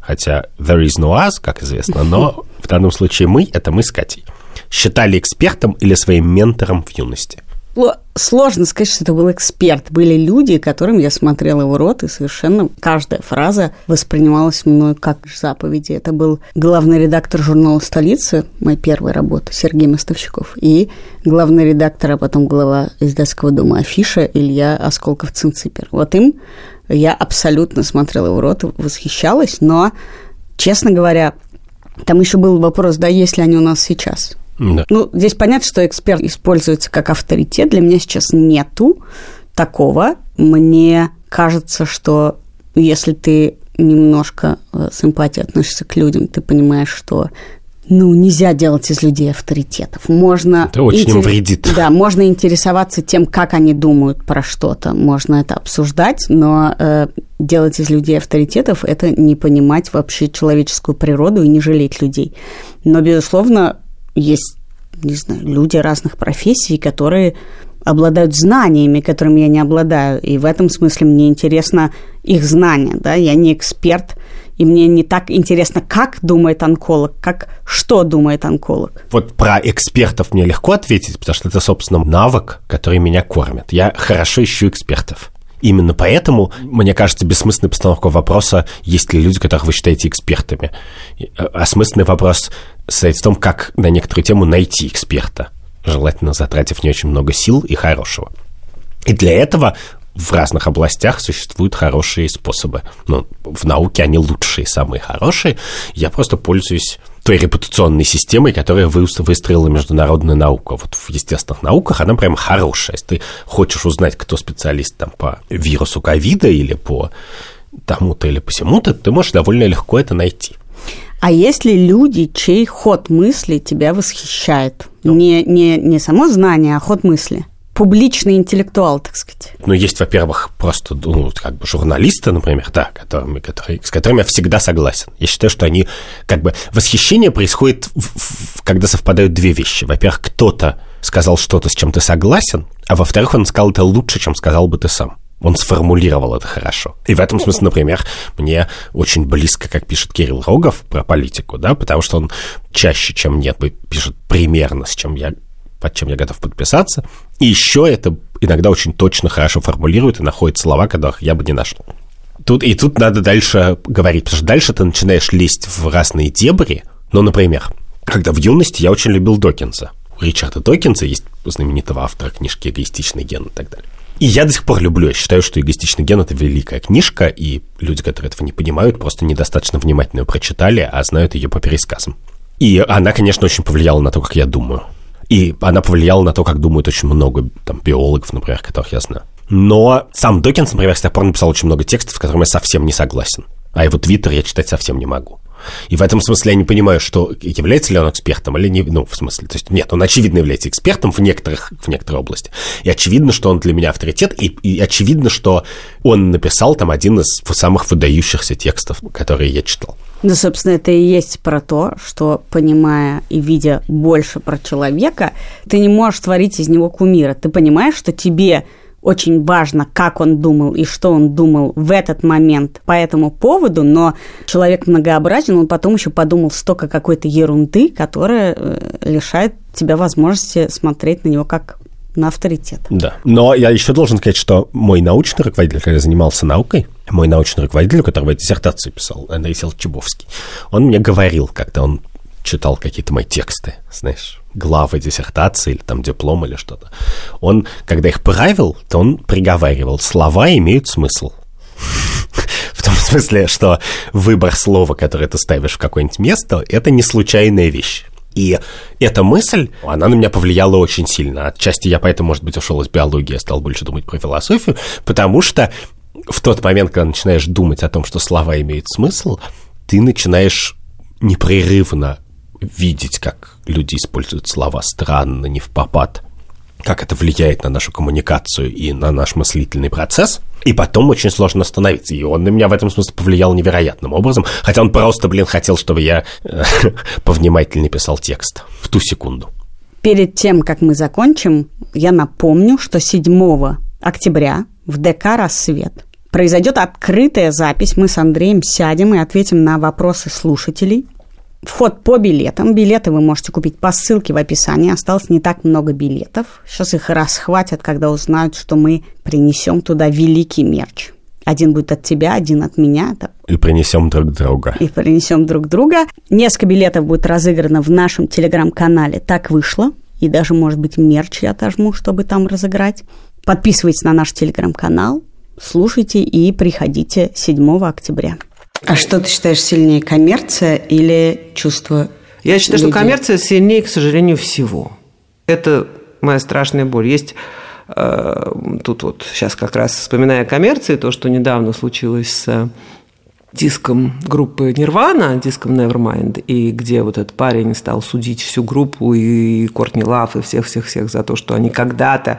S1: хотя there is no us, как известно, но в данном случае мы — это мы с Катей, считали экспертом или своим ментором в юности?
S2: Сложно сказать, что это был эксперт. Были люди, которым я смотрела в рот, и совершенно каждая фраза воспринималась мной как заповеди. Это был главный редактор журнала «Столица», моя первая работа, Сергей Мостовщиков, и главный редактор, а потом глава издательского дома «Афиша» Илья Осколков-Цинципер. Вот им я абсолютно смотрела в рот, восхищалась, но, честно говоря, там еще был вопрос, да, есть ли они у нас сейчас. Да. Ну, здесь понятно, что эксперт используется как авторитет. Для меня сейчас нету такого. Мне кажется, что если ты немножко с эмпатией относишься к людям, ты понимаешь, что ну, нельзя делать из людей авторитетов. Можно
S1: это очень интерес... им вредит.
S2: Да, можно интересоваться тем, как они думают про что-то. Можно это обсуждать, но э, делать из людей авторитетов – это не понимать вообще человеческую природу и не жалеть людей. Но, безусловно, есть, не знаю, люди разных профессий, которые обладают знаниями, которыми я не обладаю. И в этом смысле мне интересно их знания. Да? Я не эксперт, и мне не так интересно, как думает онколог, как что думает онколог.
S1: Вот про экспертов мне легко ответить, потому что это, собственно, навык, который меня кормит. Я хорошо ищу экспертов. Именно поэтому, мне кажется, бессмысленная постановка вопроса, есть ли люди, которых вы считаете экспертами. Осмысленный вопрос состоит в том, как на некоторую тему найти эксперта, желательно затратив не очень много сил и хорошего. И для этого в разных областях существуют хорошие способы. Ну, в науке они лучшие, самые хорошие. Я просто пользуюсь той репутационной системой, которая выстроила международная наука. Вот в естественных науках она прям хорошая. Если ты хочешь узнать, кто специалист там, по вирусу ковида или по тому-то или по сему-то, ты можешь довольно легко это найти.
S2: А есть ли люди, чей ход мысли тебя восхищает? Ну. Не, не, не само знание, а ход мысли. Публичный интеллектуал, так сказать.
S1: Ну, есть, во-первых, просто ну, как бы журналисты, например, да, которыми, которые, с которыми я всегда согласен. Я считаю, что они, как бы, восхищение происходит, в, в, когда совпадают две вещи. Во-первых, кто-то сказал что-то, с чем ты согласен, а во-вторых, он сказал это лучше, чем сказал бы ты сам. Он сформулировал это хорошо. И в этом смысле, например, мне очень близко, как пишет Кирилл Рогов про политику, да, потому что он чаще, чем нет, пишет примерно, с чем я под чем я готов подписаться. И еще это иногда очень точно, хорошо формулирует и находит слова, которых я бы не нашел. Тут, и тут надо дальше говорить, потому что дальше ты начинаешь лезть в разные дебри. Ну, например, когда в юности я очень любил Докинса. У Ричарда Докинса есть знаменитого автора книжки «Эгоистичный ген» и так далее. И я до сих пор люблю, я считаю, что «Эгоистичный ген» — это великая книжка, и люди, которые этого не понимают, просто недостаточно внимательно ее прочитали, а знают ее по пересказам. И она, конечно, очень повлияла на то, как я думаю. И она повлияла на то, как думают очень много там, биологов, например, которых я знаю. Но сам Докинс, например, с тех пор написал очень много текстов, с которыми я совсем не согласен. А его твиттер я читать совсем не могу. И в этом смысле я не понимаю, что является ли он экспертом или не... Ну, в смысле, то есть нет, он очевидно является экспертом в некоторых, в некоторой области. И очевидно, что он для меня авторитет, и, и очевидно, что он написал там один из самых выдающихся текстов, которые я читал.
S2: Ну, собственно, это и есть про то, что, понимая и видя больше про человека, ты не можешь творить из него кумира. Ты понимаешь, что тебе очень важно, как он думал и что он думал в этот момент по этому поводу, но человек многообразен, он потом еще подумал столько какой-то ерунды, которая лишает тебя возможности смотреть на него как на авторитет.
S1: Да, но я еще должен сказать, что мой научный руководитель, когда я занимался наукой, мой научный руководитель, у которого я диссертацию писал, Андрей Селчебовский, он мне говорил, когда он читал какие-то мои тексты, знаешь, главы диссертации или там диплом или что-то, он, когда их правил, то он приговаривал, слова имеют смысл. В том смысле, что выбор слова, которое ты ставишь в какое-нибудь место, это не случайная вещь. И эта мысль, она на меня повлияла очень сильно. Отчасти я поэтому, может быть, ушел из биологии, я стал больше думать про философию, потому что в тот момент, когда начинаешь думать о том, что слова имеют смысл, ты начинаешь непрерывно видеть, как люди используют слова странно, не впопад, как это влияет на нашу коммуникацию и на наш мыслительный процесс, и потом очень сложно остановиться. И он на меня в этом смысле повлиял невероятным образом, хотя он просто, блин, хотел, чтобы я э, повнимательнее писал текст в ту секунду.
S2: Перед тем, как мы закончим, я напомню, что седьмого октября в ДК «Рассвет» Произойдет открытая запись. Мы с Андреем сядем и ответим на вопросы слушателей. Вход по билетам. Билеты вы можете купить по ссылке в описании. Осталось не так много билетов. Сейчас их расхватят, когда узнают, что мы принесем туда великий мерч. Один будет от тебя, один от меня.
S1: И принесем друг друга.
S2: И принесем друг друга. Несколько билетов будет разыграно в нашем телеграм-канале «Так вышло». И даже, может быть, мерч я отожму, чтобы там разыграть. Подписывайтесь на наш телеграм-канал, слушайте и приходите седьмого октября. А что ты считаешь сильнее, коммерция или чувство
S3: Я считаю,
S2: людей?
S3: что коммерция сильнее, к сожалению, всего. Это моя страшная боль. Есть э, тут вот сейчас как раз вспоминая о коммерции, то, что недавно случилось с диском группы Nirvana, диском Nevermind, и где вот этот парень стал судить всю группу и Кортни Лав, и всех-всех-всех за то, что они когда-то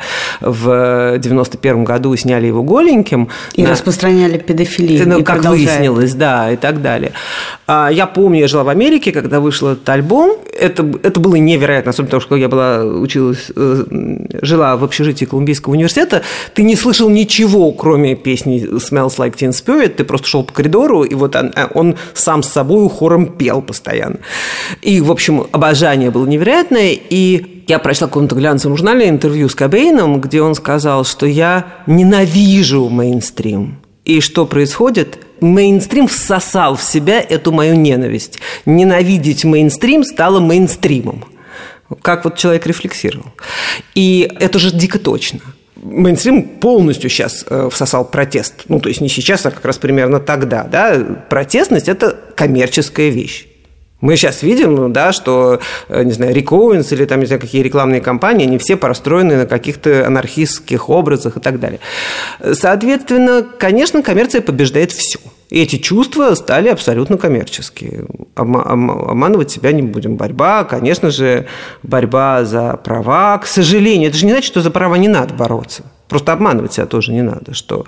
S3: в девяносто первом году сняли его голеньким.
S2: И
S3: на...
S2: распространяли педофилию.
S3: Ну,
S2: и
S3: как
S2: продолжают.
S3: выяснилось, да, и так далее. Я помню, я жила в Америке, когда вышел этот альбом. Это, это было невероятно, особенно потому, что я была, училась, жила в общежитии Колумбийского университета. Ты не слышал ничего, кроме песни «Smells Like Teen Spirit». Ты просто шел по коридору, и вот он, он сам с собой хором пел постоянно. И, в общем, обожание было невероятное. И я прочла в каком-то глянцевом журнале интервью с Кобейном, где он сказал, что я ненавижу мейнстрим. И что происходит? Мейнстрим всосал в себя эту мою ненависть. Ненавидеть мейнстрим стало мейнстримом. Как вот человек рефлексировал. И это же дико точно. Мейнстрим полностью сейчас всосал протест. Ну, то есть не сейчас, а как раз примерно тогда. Да? Протестность – это коммерческая вещь. Мы сейчас видим, да, что, не знаю, Рик Оуэнс или там, не знаю, какие рекламные кампании, они все построены на каких-то анархистских образах и так далее. Соответственно, конечно, коммерция побеждает все. И эти чувства стали абсолютно коммерческие. Обманывать себя не будем. Борьба, конечно же, борьба за права. К сожалению, это же не значит, что за права не надо бороться. Просто обманывать себя тоже не надо, что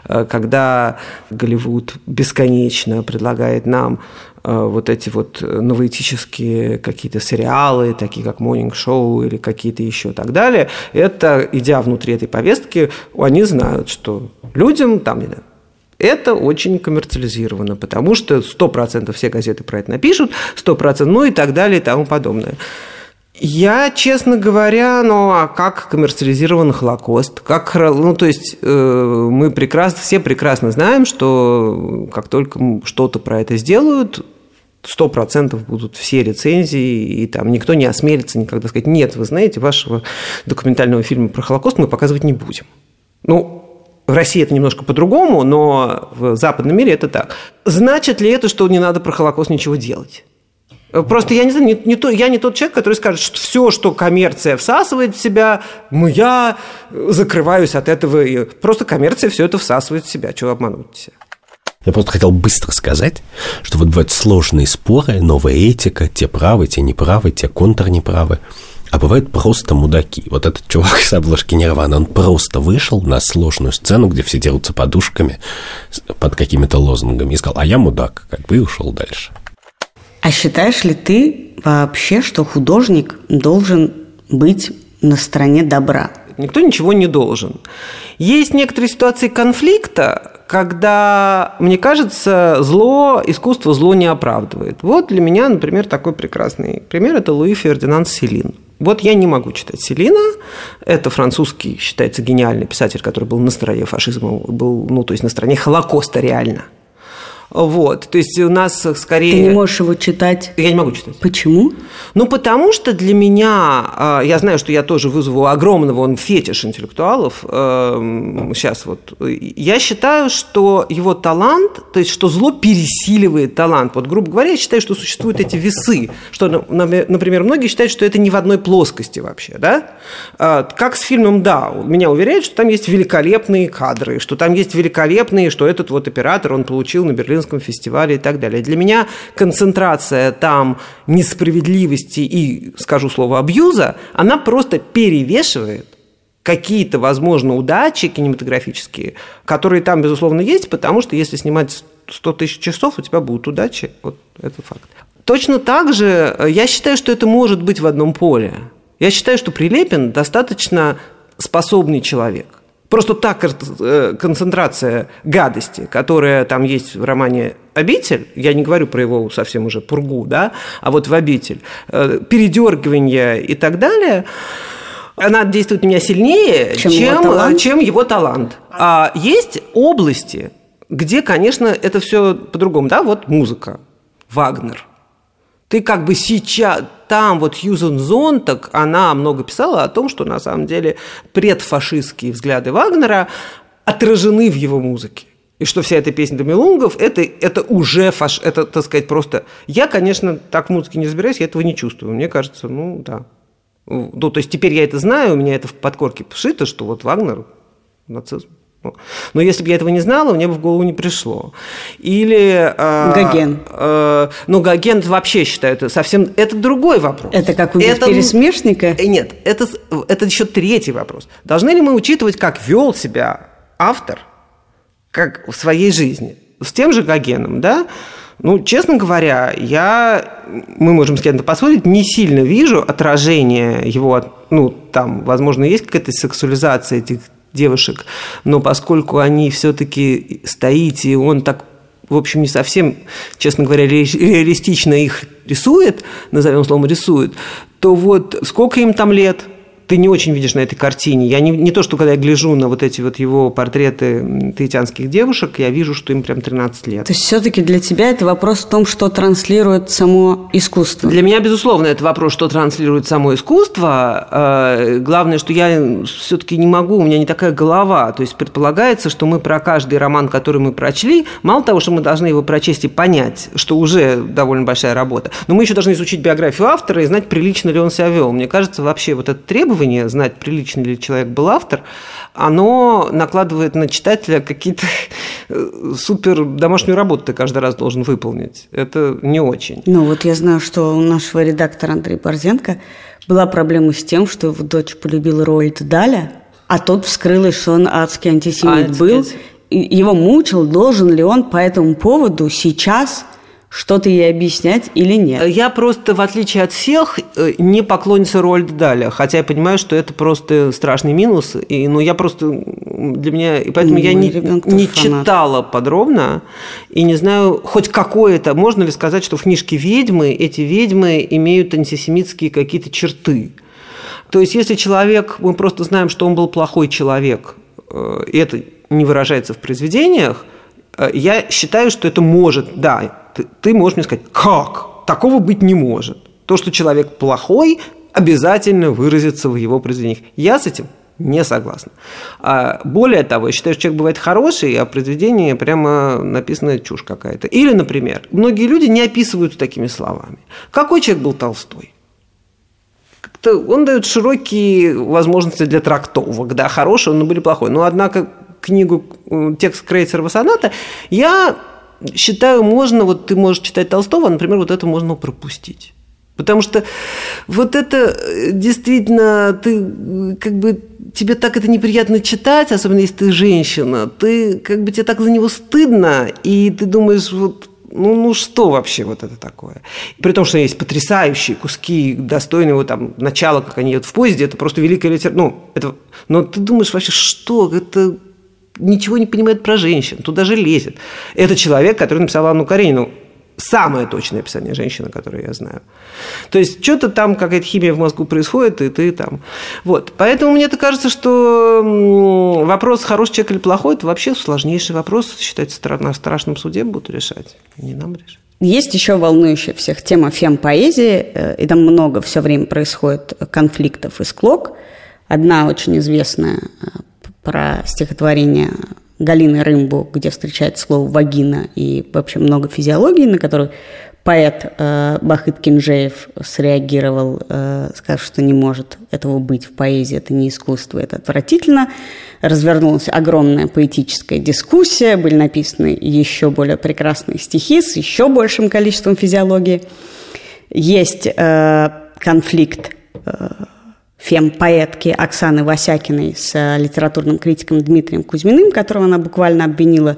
S3: когда Голливуд бесконечно предлагает нам вот эти вот новоэтические какие-то сериалы, такие как Morning Show или какие-то еще и так далее, это, идя внутри этой повестки, они знают, что людям там, не знаю, это очень коммерциализировано, потому что сто процентов все газеты про это напишут, сто процентов, ну и так далее и тому подобное. Я, честно говоря, ну, а как коммерциализирован Холокост? Как, ну, то есть, э, мы прекрасно, все прекрасно знаем, что как только что-то про это сделают, сто процентов будут все рецензии, и там никто не осмелится никогда сказать: нет, вы знаете, вашего документального фильма про Холокост мы показывать не будем. Ну, в России это немножко по-другому, но в западном мире это так. Значит ли это, что не надо про Холокост ничего делать? Просто я не знаю, не, не то, я не тот человек, который скажет, что все, что коммерция всасывает в себя, мы, я закрываюсь от этого. И просто коммерция все это всасывает в себя. Чего обманывать себя?
S1: Я просто хотел быстро сказать, что вот бывают сложные споры, новая этика, те правы, те неправы, те контрнеправы. А бывают просто мудаки. Вот этот чувак с обложки Нирвана, он просто вышел на сложную сцену, где все дерутся подушками под какими-то лозунгами и сказал: а я мудак, как бы, и ушел дальше.
S2: А считаешь ли ты вообще, что художник должен быть на стороне добра?
S3: Никто ничего не должен. Есть некоторые ситуации конфликта, когда, мне кажется, зло, искусство зло не оправдывает. Вот для меня, например, такой прекрасный пример – это Луи Фердинанд Селин. Вот я не могу читать Селина. Это французский, считается, гениальный писатель, который был на стороне фашизма, был, ну, то есть на стороне Холокоста реально. Вот, то есть у нас скорее...
S2: Ты не можешь его читать?
S3: Я не могу читать.
S2: Почему?
S3: Ну, потому что для меня, я знаю, что я тоже вызову огромного он фетиш интеллектуалов, сейчас вот, я считаю, что его талант, то есть что зло пересиливает талант. Вот, грубо говоря, я считаю, что существуют эти весы, что, например, многие считают, что это не в одной плоскости вообще, да? Как с фильмом «Да», меня уверяют, что там есть великолепные кадры, что там есть великолепные, что этот вот оператор, он получил на Берлинском фестивале и так далее. Для меня концентрация там несправедливости и, скажу слово, абьюза, она просто перевешивает какие-то, возможно, удачи кинематографические, которые там, безусловно, есть, потому что если снимать сто тысяч часов, у тебя будут удачи. Вот это факт. Точно так же я считаю, что это может быть в одном поле. Я считаю, что Прилепин достаточно способный человек. Просто та концентрация гадости, которая там есть в романе «Обитель», я не говорю про его совсем уже «Пургу», да, а вот в «Обитель», передергивание и так далее, она действует на меня сильнее, чем, чем, его, талант. чем его талант. А есть области, где, конечно, это все по-другому, да, вот музыка, Вагнер. Ты как бы сейчас... Там вот Сьюзан Зонтаг, она много писала о том, что на самом деле предфашистские взгляды Вагнера отражены в его музыке. И что вся эта песня Домилунгов это, – это уже фаш... Это, так сказать, просто… Я, конечно, так в музыке не разбираюсь, я этого не чувствую. Мне кажется, ну, да. Ну, то есть теперь я это знаю, у меня это в подкорке вшито, что вот Вагнер – нацизм. Но если бы я этого не знала, мне бы в голову не пришло. Или… Э,
S2: Гоген.
S3: Э, ну, Гоген вообще считаю, это совсем… Это другой вопрос.
S2: Это как убить это, пересмешника?
S3: Нет, это, это еще третий вопрос. Должны ли мы учитывать, как вел себя автор как в своей жизни? С тем же Гогеном, да? Ну, честно говоря, я, мы можем с кем-то поспорить, не сильно вижу отражение его… Ну, там, возможно, есть какая-то сексуализация этих девушек, но поскольку они все-таки стоите, и он так, в общем, не совсем, честно говоря, реалистично их рисует, назовем словом рисует, то вот сколько им там лет, ты не очень видишь на этой картине. Я не, не то, что когда я гляжу на вот эти вот его портреты таитянских девушек, я вижу, что им прям тринадцать лет.
S2: То есть все-таки для тебя это вопрос в том, что транслирует само искусство?
S3: Для меня, безусловно, это вопрос, что транслирует само искусство. Главное, что я все-таки не могу, у меня не такая голова. То есть предполагается, что мы про каждый роман, который мы прочли, мало того, что мы должны его прочесть и понять, что уже довольно большая работа, но мы еще должны изучить биографию автора и знать, прилично ли он себя вел. Мне кажется, вообще вот это требование знать, прилично ли человек был автор, оно накладывает на читателя какие-то супер домашнюю работу ты каждый раз должен выполнить. Это не очень.
S2: Ну вот я знаю, что у нашего редактора Андрея Борзенко была проблема с тем, что его дочь полюбила Роальда Даля, а тут вскрылось, что он адский антисемит а, был. Его мучил, должен ли он по этому поводу сейчас что-то ей объяснять или нет?
S3: Я просто, в отличие от всех, не поклонница Роальда Даля, хотя я понимаю, что это просто страшный минус, и, ну, я просто, для меня, и поэтому ну, я не, не читала подробно, и не знаю, хоть какое-то, можно ли сказать, что в книжке «Ведьмы» эти ведьмы имеют антисемитские какие-то черты. То есть, если человек, мы просто знаем, что он был плохой человек, и это не выражается в произведениях, я считаю, что это может, да, ты, ты можешь мне сказать, как? Такого быть не может. То, что человек плохой, обязательно выразится в его произведениях. Я с этим не согласна. А более того, я считаю, что человек бывает хороший, а произведение прямо написано чушь какая-то. Или, например, многие люди не описывают такими словами. Какой человек был Толстой? Как-то он дает широкие возможности для трактовок. Да, хороший он, но были плохой. Но, однако, книгу, текст Крейцерова соната, я считаю, можно, вот ты можешь читать Толстого, а, например, вот это можно пропустить. Потому что вот это действительно, ты как бы, тебе так это неприятно читать, особенно если ты женщина, ты как бы тебе так за него стыдно, и ты думаешь, вот, ну, ну что вообще вот это такое? При том, что есть потрясающие куски, достойного там начала, как они едут в поезде, это просто великая литература. Ну, это, но ты думаешь вообще, что это... Ничего не понимает про женщин, туда же лезет. Это человек, который написал Анну Каренину. Самое точное описание женщины, которую я знаю. То есть, что-то там, какая-то химия в мозгу происходит, и ты там... Вот. Поэтому мне кажется, что вопрос, хороший человек или плохой, это вообще сложнейший вопрос. Считается, на страшном суде будут решать. Не нам решать.
S2: Есть еще волнующая всех тема фемпоэзии, и там много все время происходит конфликтов и склок. Одна очень известная про стихотворение Галины Рымбу, где встречается слово «вагина» и вообще много физиологии, на которую поэт э, Бахыт Кинжеев среагировал, э, сказав, что не может этого быть в поэзии, это не искусство, это отвратительно. Развернулась огромная поэтическая дискуссия, были написаны еще более прекрасные стихи с еще большим количеством физиологии. Есть э, конфликт э, фем-поэтки Оксаны Васякиной с литературным критиком Дмитрием Кузьминым, которого она буквально обвинила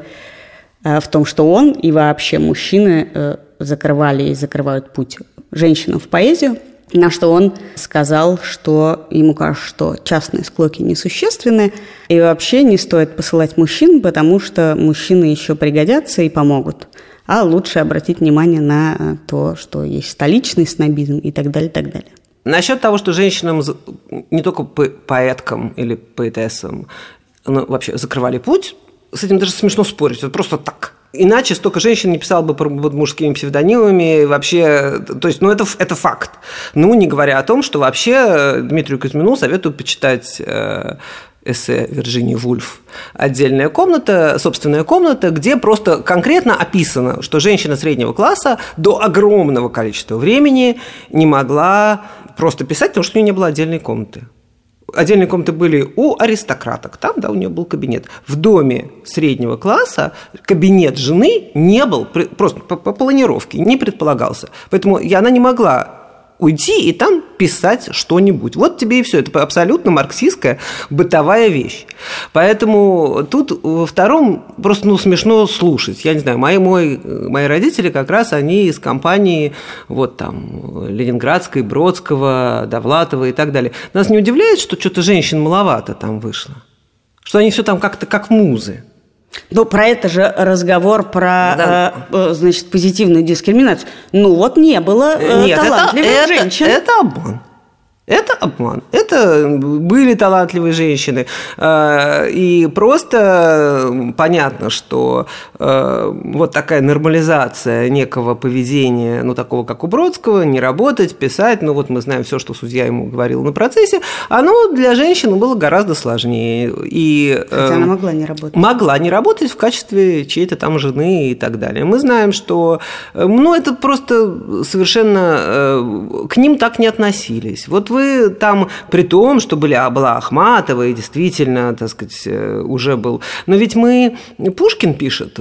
S2: в том, что он и вообще мужчины закрывали и закрывают путь женщинам в поэзию. На что он сказал, что ему кажется, что частные склоки несущественны, и вообще не стоит посылать мужчин, потому что мужчины еще пригодятся и помогут. А лучше обратить внимание на то, что есть столичный снобизм и так далее, и так далее.
S3: Насчет того, что женщинам, не только поэткам или поэтессам, ну, вообще закрывали путь, с этим даже смешно спорить, это просто так. Иначе столько женщин не писал бы под мужскими псевдонимами вообще, то есть, ну, это, это факт. Ну, не говоря о том, что вообще Дмитрию Кузьмину советую почитать э, эссе Вирджинии Вульф «Отдельная комната», собственная комната, где просто конкретно описано, что женщина среднего класса до огромного количества времени не могла просто писать, потому что у нее не было отдельной комнаты. Отдельные комнаты были у аристократок, там, да, у нее был кабинет. В доме среднего класса кабинет жены не был, просто по, по планировке не предполагался. Поэтому она не могла уйти и там писать что-нибудь. Вот тебе и все. Это абсолютно марксистская бытовая вещь. Поэтому тут во втором просто ну, смешно слушать. Я не знаю, мои, мой, мои родители как раз они из компании вот там Ленинградской, Бродского, Довлатова и так далее. Нас не удивляет, что что-то женщин маловато там вышло? Что они все там как-то как музы?
S2: Ну, про это же разговор про, да. э, значит, позитивную дискриминацию. Ну, вот не было э,
S3: Нет,
S2: талантливых
S3: это,
S2: женщин.
S3: Это, это обман. Это обман. Это были талантливые женщины. И просто понятно, что вот такая нормализация некого поведения, ну, такого, как у Бродского, не работать, писать, ну, вот мы знаем все, что судья ему говорил на процессе, оно для женщины было гораздо сложнее. И,
S2: Хотя она могла не работать.
S3: Могла не работать в качестве чьей-то там жены и так далее. Мы знаем, что, ну, это просто совершенно к ним так не относились. Вот вы там, при том, что были, была Ахматова, и действительно, так сказать, уже был... Но ведь мы... Пушкин пишет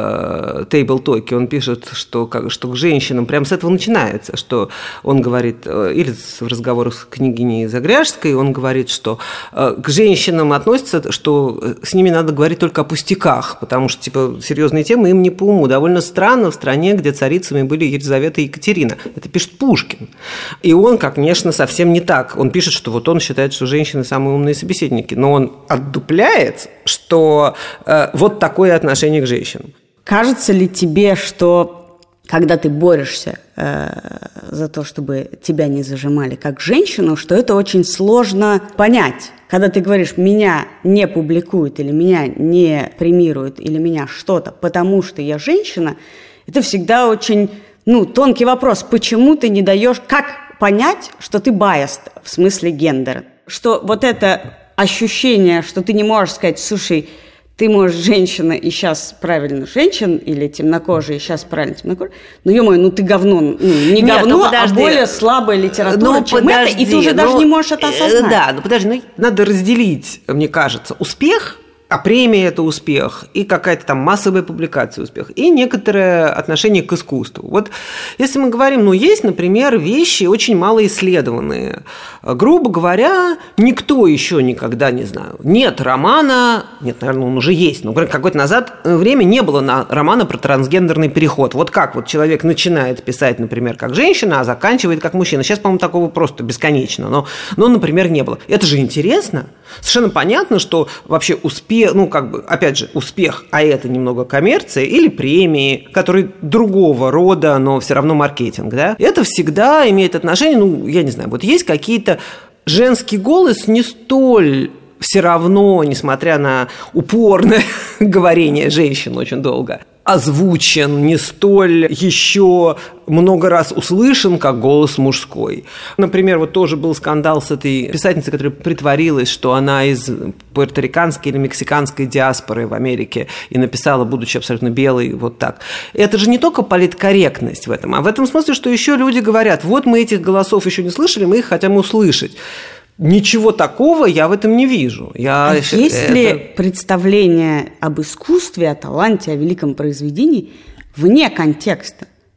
S3: в «Тейбл-токе», он пишет, что, что к женщинам, прямо с этого начинается, что он говорит, или в разговорах с княгиней Загряжской, он говорит, что к женщинам относятся, что с ними надо говорить только о пустяках, потому что, типа, серьезные темы им не по уму. Довольно странно в стране, где царицами были Елизавета и Екатерина. Это пишет Пушкин. И он, конечно, совсем не так. Он пишет, что вот он считает, что женщины самые умные собеседники, но он отдупляет, что э, вот такое отношение к женщинам.
S2: Кажется ли тебе, что когда ты борешься э, за то, чтобы тебя не зажимали как женщину, что это очень сложно понять? Когда ты говоришь, меня не публикуют или меня не премируют или меня что-то, потому что я женщина, это всегда очень ну, тонкий вопрос. Почему ты не даешь... Как понять, что ты biased в смысле гендера? Что вот это ощущение, что ты не можешь сказать, слушай, ты, можешь, женщина, и сейчас правильно женщин, или темнокожая, и сейчас правильно темнокожая, ну, ё-моё, ну ты говно, ну, не Нет, говно, ну, а более слабая литература, ну, чем подожди, это, и ты уже ну, даже не можешь это осознать.
S3: Да, ну подожди, ну, надо разделить, мне кажется, успех, а премия – это успех, и какая-то там массовая публикация – успех, и некоторое отношение к искусству. Вот если мы говорим, ну, есть, например, вещи очень мало исследованные. Грубо говоря, никто еще никогда, не знаю, нет романа, нет, наверное, он уже есть, но какое-то назад время не было на романа про трансгендерный переход. Вот как вот человек начинает писать, например, как женщина, а заканчивает как мужчина. Сейчас, по-моему, такого просто бесконечно, но, но например, не было. Это же интересно. Совершенно понятно, что вообще успех, ну, как бы, опять же, успех, а это немного коммерция, или премии, которые другого рода, но все равно маркетинг, да, это всегда имеет отношение, ну, я не знаю, вот есть какие-то... Женский голос не столь... все равно, несмотря на упорное говорение женщин очень долго, озвучен, не столь еще много раз услышан, как голос мужской. Например, вот тоже был скандал с этой писательницей, которая притворилась, что она из пуэрториканской или мексиканской диаспоры в Америке и написала, будучи абсолютно белой, вот так. Это же не только политкорректность в этом, а в этом смысле, что еще люди говорят, вот мы этих голосов еще не слышали, мы их хотим услышать. Ничего такого я в этом не вижу. Я...
S2: А есть это... ли представление об искусстве, о таланте, о великом произведении вне контекста?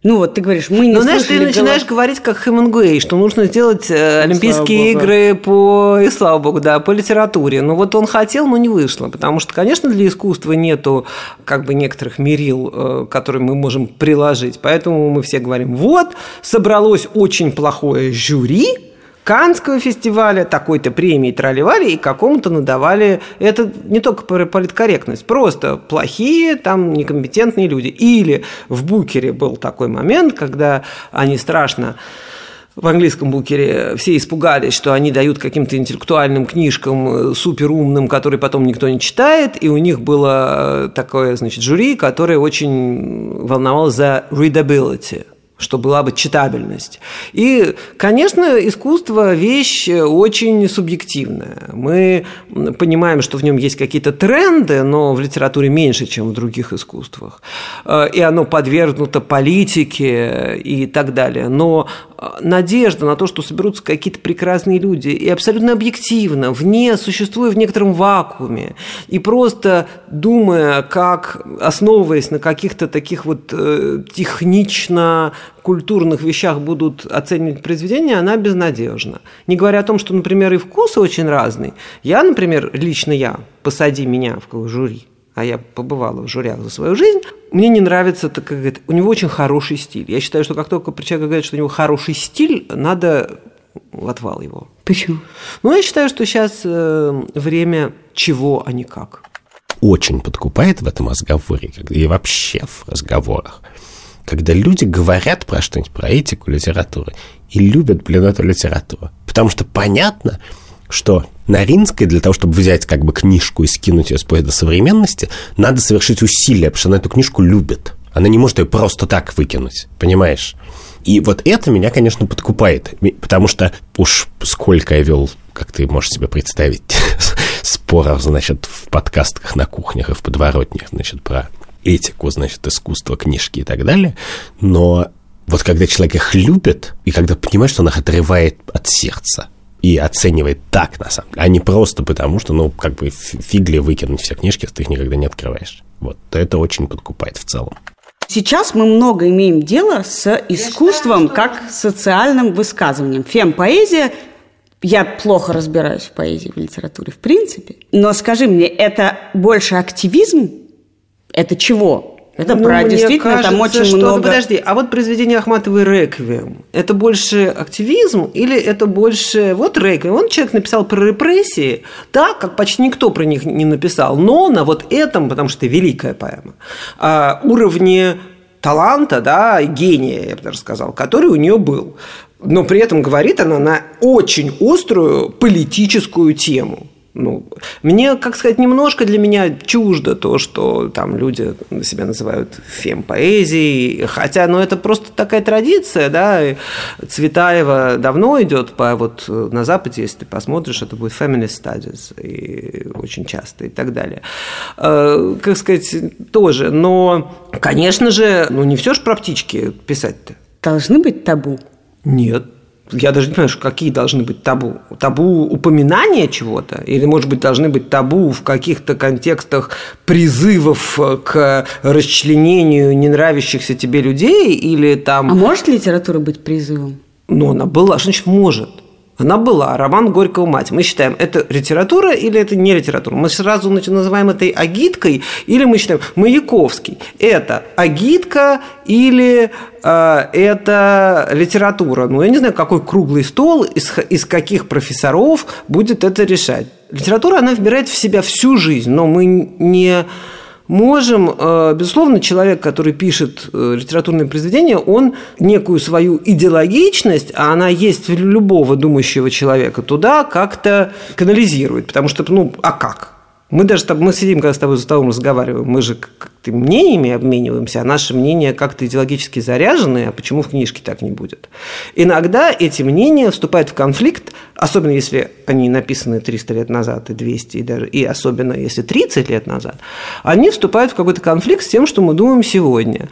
S2: Ну вот ты говоришь, мы не
S3: Ну, знаешь, ты
S2: слышали
S3: начинаешь
S2: голос...
S3: говорить как Хемингуэй, что нужно сделать э, Олимпийские игры по, и слава богу, да, по литературе. Но вот он хотел, но не вышло, потому что, конечно, для искусства нету как бы некоторых мерил, э, которые мы можем приложить. Поэтому мы все говорим, вот, собралось очень плохое жюри Каннского фестиваля, такой-то премии тролливали и какому-то надавали. Это не только политкорректность, просто плохие, там, некомпетентные люди. Или в Букере был такой момент, когда они страшно... В английском Букере все испугались, что они дают каким-то интеллектуальным книжкам суперумным, которые потом никто не читает, и у них было такое, значит, жюри, которое очень волновалось за readability, что была бы читабельность. И, конечно, искусство – вещь очень субъективная. Мы понимаем, что в нем есть какие-то тренды, но в литературе меньше, чем в других искусствах. И оно подвергнуто политике и так далее. Но надежда на то, что соберутся какие-то прекрасные люди, и абсолютно объективно, вне, существуя в некотором вакууме, и просто думая, как, основываясь на каких-то таких вот э, технично-культурных вещах будут оценивать произведения, она безнадежна. Не говоря о том, что, например, и вкусы очень разные. Я, например, лично я, посади меня в жюри, а я побывала в жюрях за свою жизнь, мне не нравится, так как говорит, у него очень хороший стиль. Я считаю, что как только человек говорит, что у него хороший стиль, надо в отвал его.
S2: Почему?
S3: Ну, я считаю, что сейчас э, время чего, а не как.
S1: Очень подкупает в этом разговоре, и вообще в разговорах, когда люди говорят про что-нибудь, про этику литературы, и любят, блин, эту литературу. Потому что понятно, что на Ринской для того, чтобы взять как бы книжку и скинуть ее с поезда современности, надо совершить усилия, потому что она эту книжку любит. Она не может ее просто так выкинуть, понимаешь? И вот это меня, конечно, подкупает, потому что уж сколько я вел, как ты можешь себе представить, споров, значит, в подкастах на кухнях и в подворотнях, значит, про этику, значит, искусство, книжки и так далее, но вот когда человек их любит, и когда понимает, что он их отрывает от сердца, и оценивает так, на самом деле, а не просто потому, что, ну, как бы фигли выкинуть все книжки, если ты их никогда не открываешь. Вот, это очень подкупает в целом.
S2: Сейчас мы много имеем дело с искусством как социальным высказыванием. Фем-поэзия, я плохо разбираюсь в поэзии, в литературе в принципе, но скажи мне, это больше активизм? Это чего? Это ну, про действительно кажется, там очень
S3: что...
S2: много...
S3: Подожди, а вот произведение Ахматовой «Реквием» – это больше активизм или это больше… Вот «Реквием», он человек написал про репрессии, так, как почти никто про них не написал, но на вот этом, потому что это великая поэма, уровне таланта, да, и гения, я бы даже сказал, который у нее был. Но при этом говорит она на очень острую политическую тему. Ну, мне, как сказать, немножко для меня чуждо то, что там люди себя называют фем-поэзией, хотя, ну, это просто такая традиция, да, и Цветаева давно идет по, вот на Западе, если ты посмотришь, это будет feminist studies, и очень часто, и так далее. Э, как сказать, тоже, но, конечно же, ну, не все ж про птички писать-то.
S2: Должны быть табу?
S3: Нет. Я даже не понимаю, какие должны быть табу. Табу упоминания чего-то? Или, может быть, должны быть табу в каких-то контекстах призывов к расчленению ненравящихся тебе людей? Или там...
S2: А может литература быть призывом?
S3: Ну, она была. Что значит «может»? Она была. Роман Горького «Мать». Мы считаем, это литература или это не литература? Мы сразу называем это агиткой, или мы считаем Маяковский. Это агитка или э, это литература? Ну, я не знаю, какой круглый стол, из, из каких профессоров будет это решать. Литература, она вбирает в себя всю жизнь, но мы не... можем, безусловно, человек, который пишет литературное произведение, он некую свою идеологичность, а она есть у любого думающего человека, туда как-то канализирует. Потому что, ну, а как? Мы даже там, мы сидим, когда с тобой за столом разговариваем, мы же как-то мнениями обмениваемся, а наши мнения как-то идеологически заряжены, а почему в книжке так не будет? Иногда эти мнения вступают в конфликт, особенно если они написаны триста лет назад и двести, и, даже, и особенно если тридцать лет назад, они вступают в какой-то конфликт с тем, что мы думаем сегодня.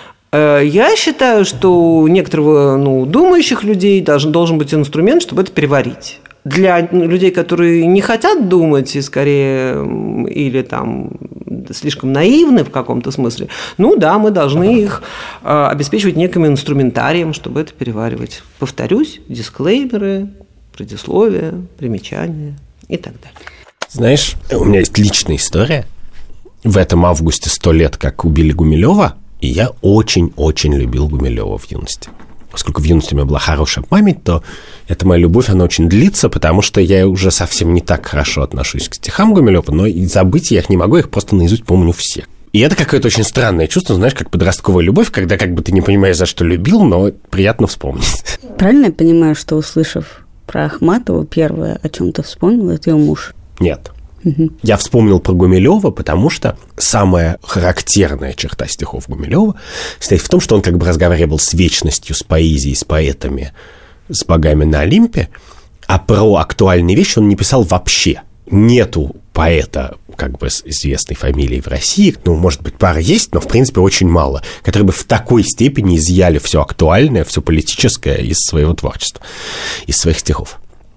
S3: Я считаю, что у некоторого, ну, думающих людей должен, должен быть инструмент, чтобы это переварить. Для людей, которые не хотят думать и скорее или там слишком наивны в каком-то смысле, ну да, мы должны их э, обеспечивать неким инструментарием, чтобы это переваривать. Повторюсь, дисклеймеры, предисловия, примечания и так далее.
S1: Знаешь, у меня есть личная история. В этом августе сто лет, как убили Гумилева, и я очень-очень любил Гумилева в юности. Поскольку в юности у меня была хорошая память, то эта моя любовь, она очень длится, потому что я уже совсем не так хорошо отношусь к стихам Гумилева, но и забыть я их не могу, я их просто наизусть помню все. И это какое-то очень странное чувство, знаешь, как подростковая любовь, когда как бы ты не понимаешь, за что любил, но приятно вспомнить.
S2: Правильно я понимаю, что, услышав про Ахматову, первое, о чем ты вспомнил, это ее муж?
S1: Нет. Угу. Я вспомнил про Гумилева, потому что самая характерная черта стихов Гумилева состоит в том, что он как бы разговаривал с вечностью, с поэзией, с поэтами, с богами на Олимпе, а про актуальные вещи он не писал вообще. Нету поэта как бы с известной фамилией в России, ну, может быть, пара есть, но, в принципе, очень мало, которые бы в такой степени изъяли все актуальное, все политическое из своего творчества, из своих стихов.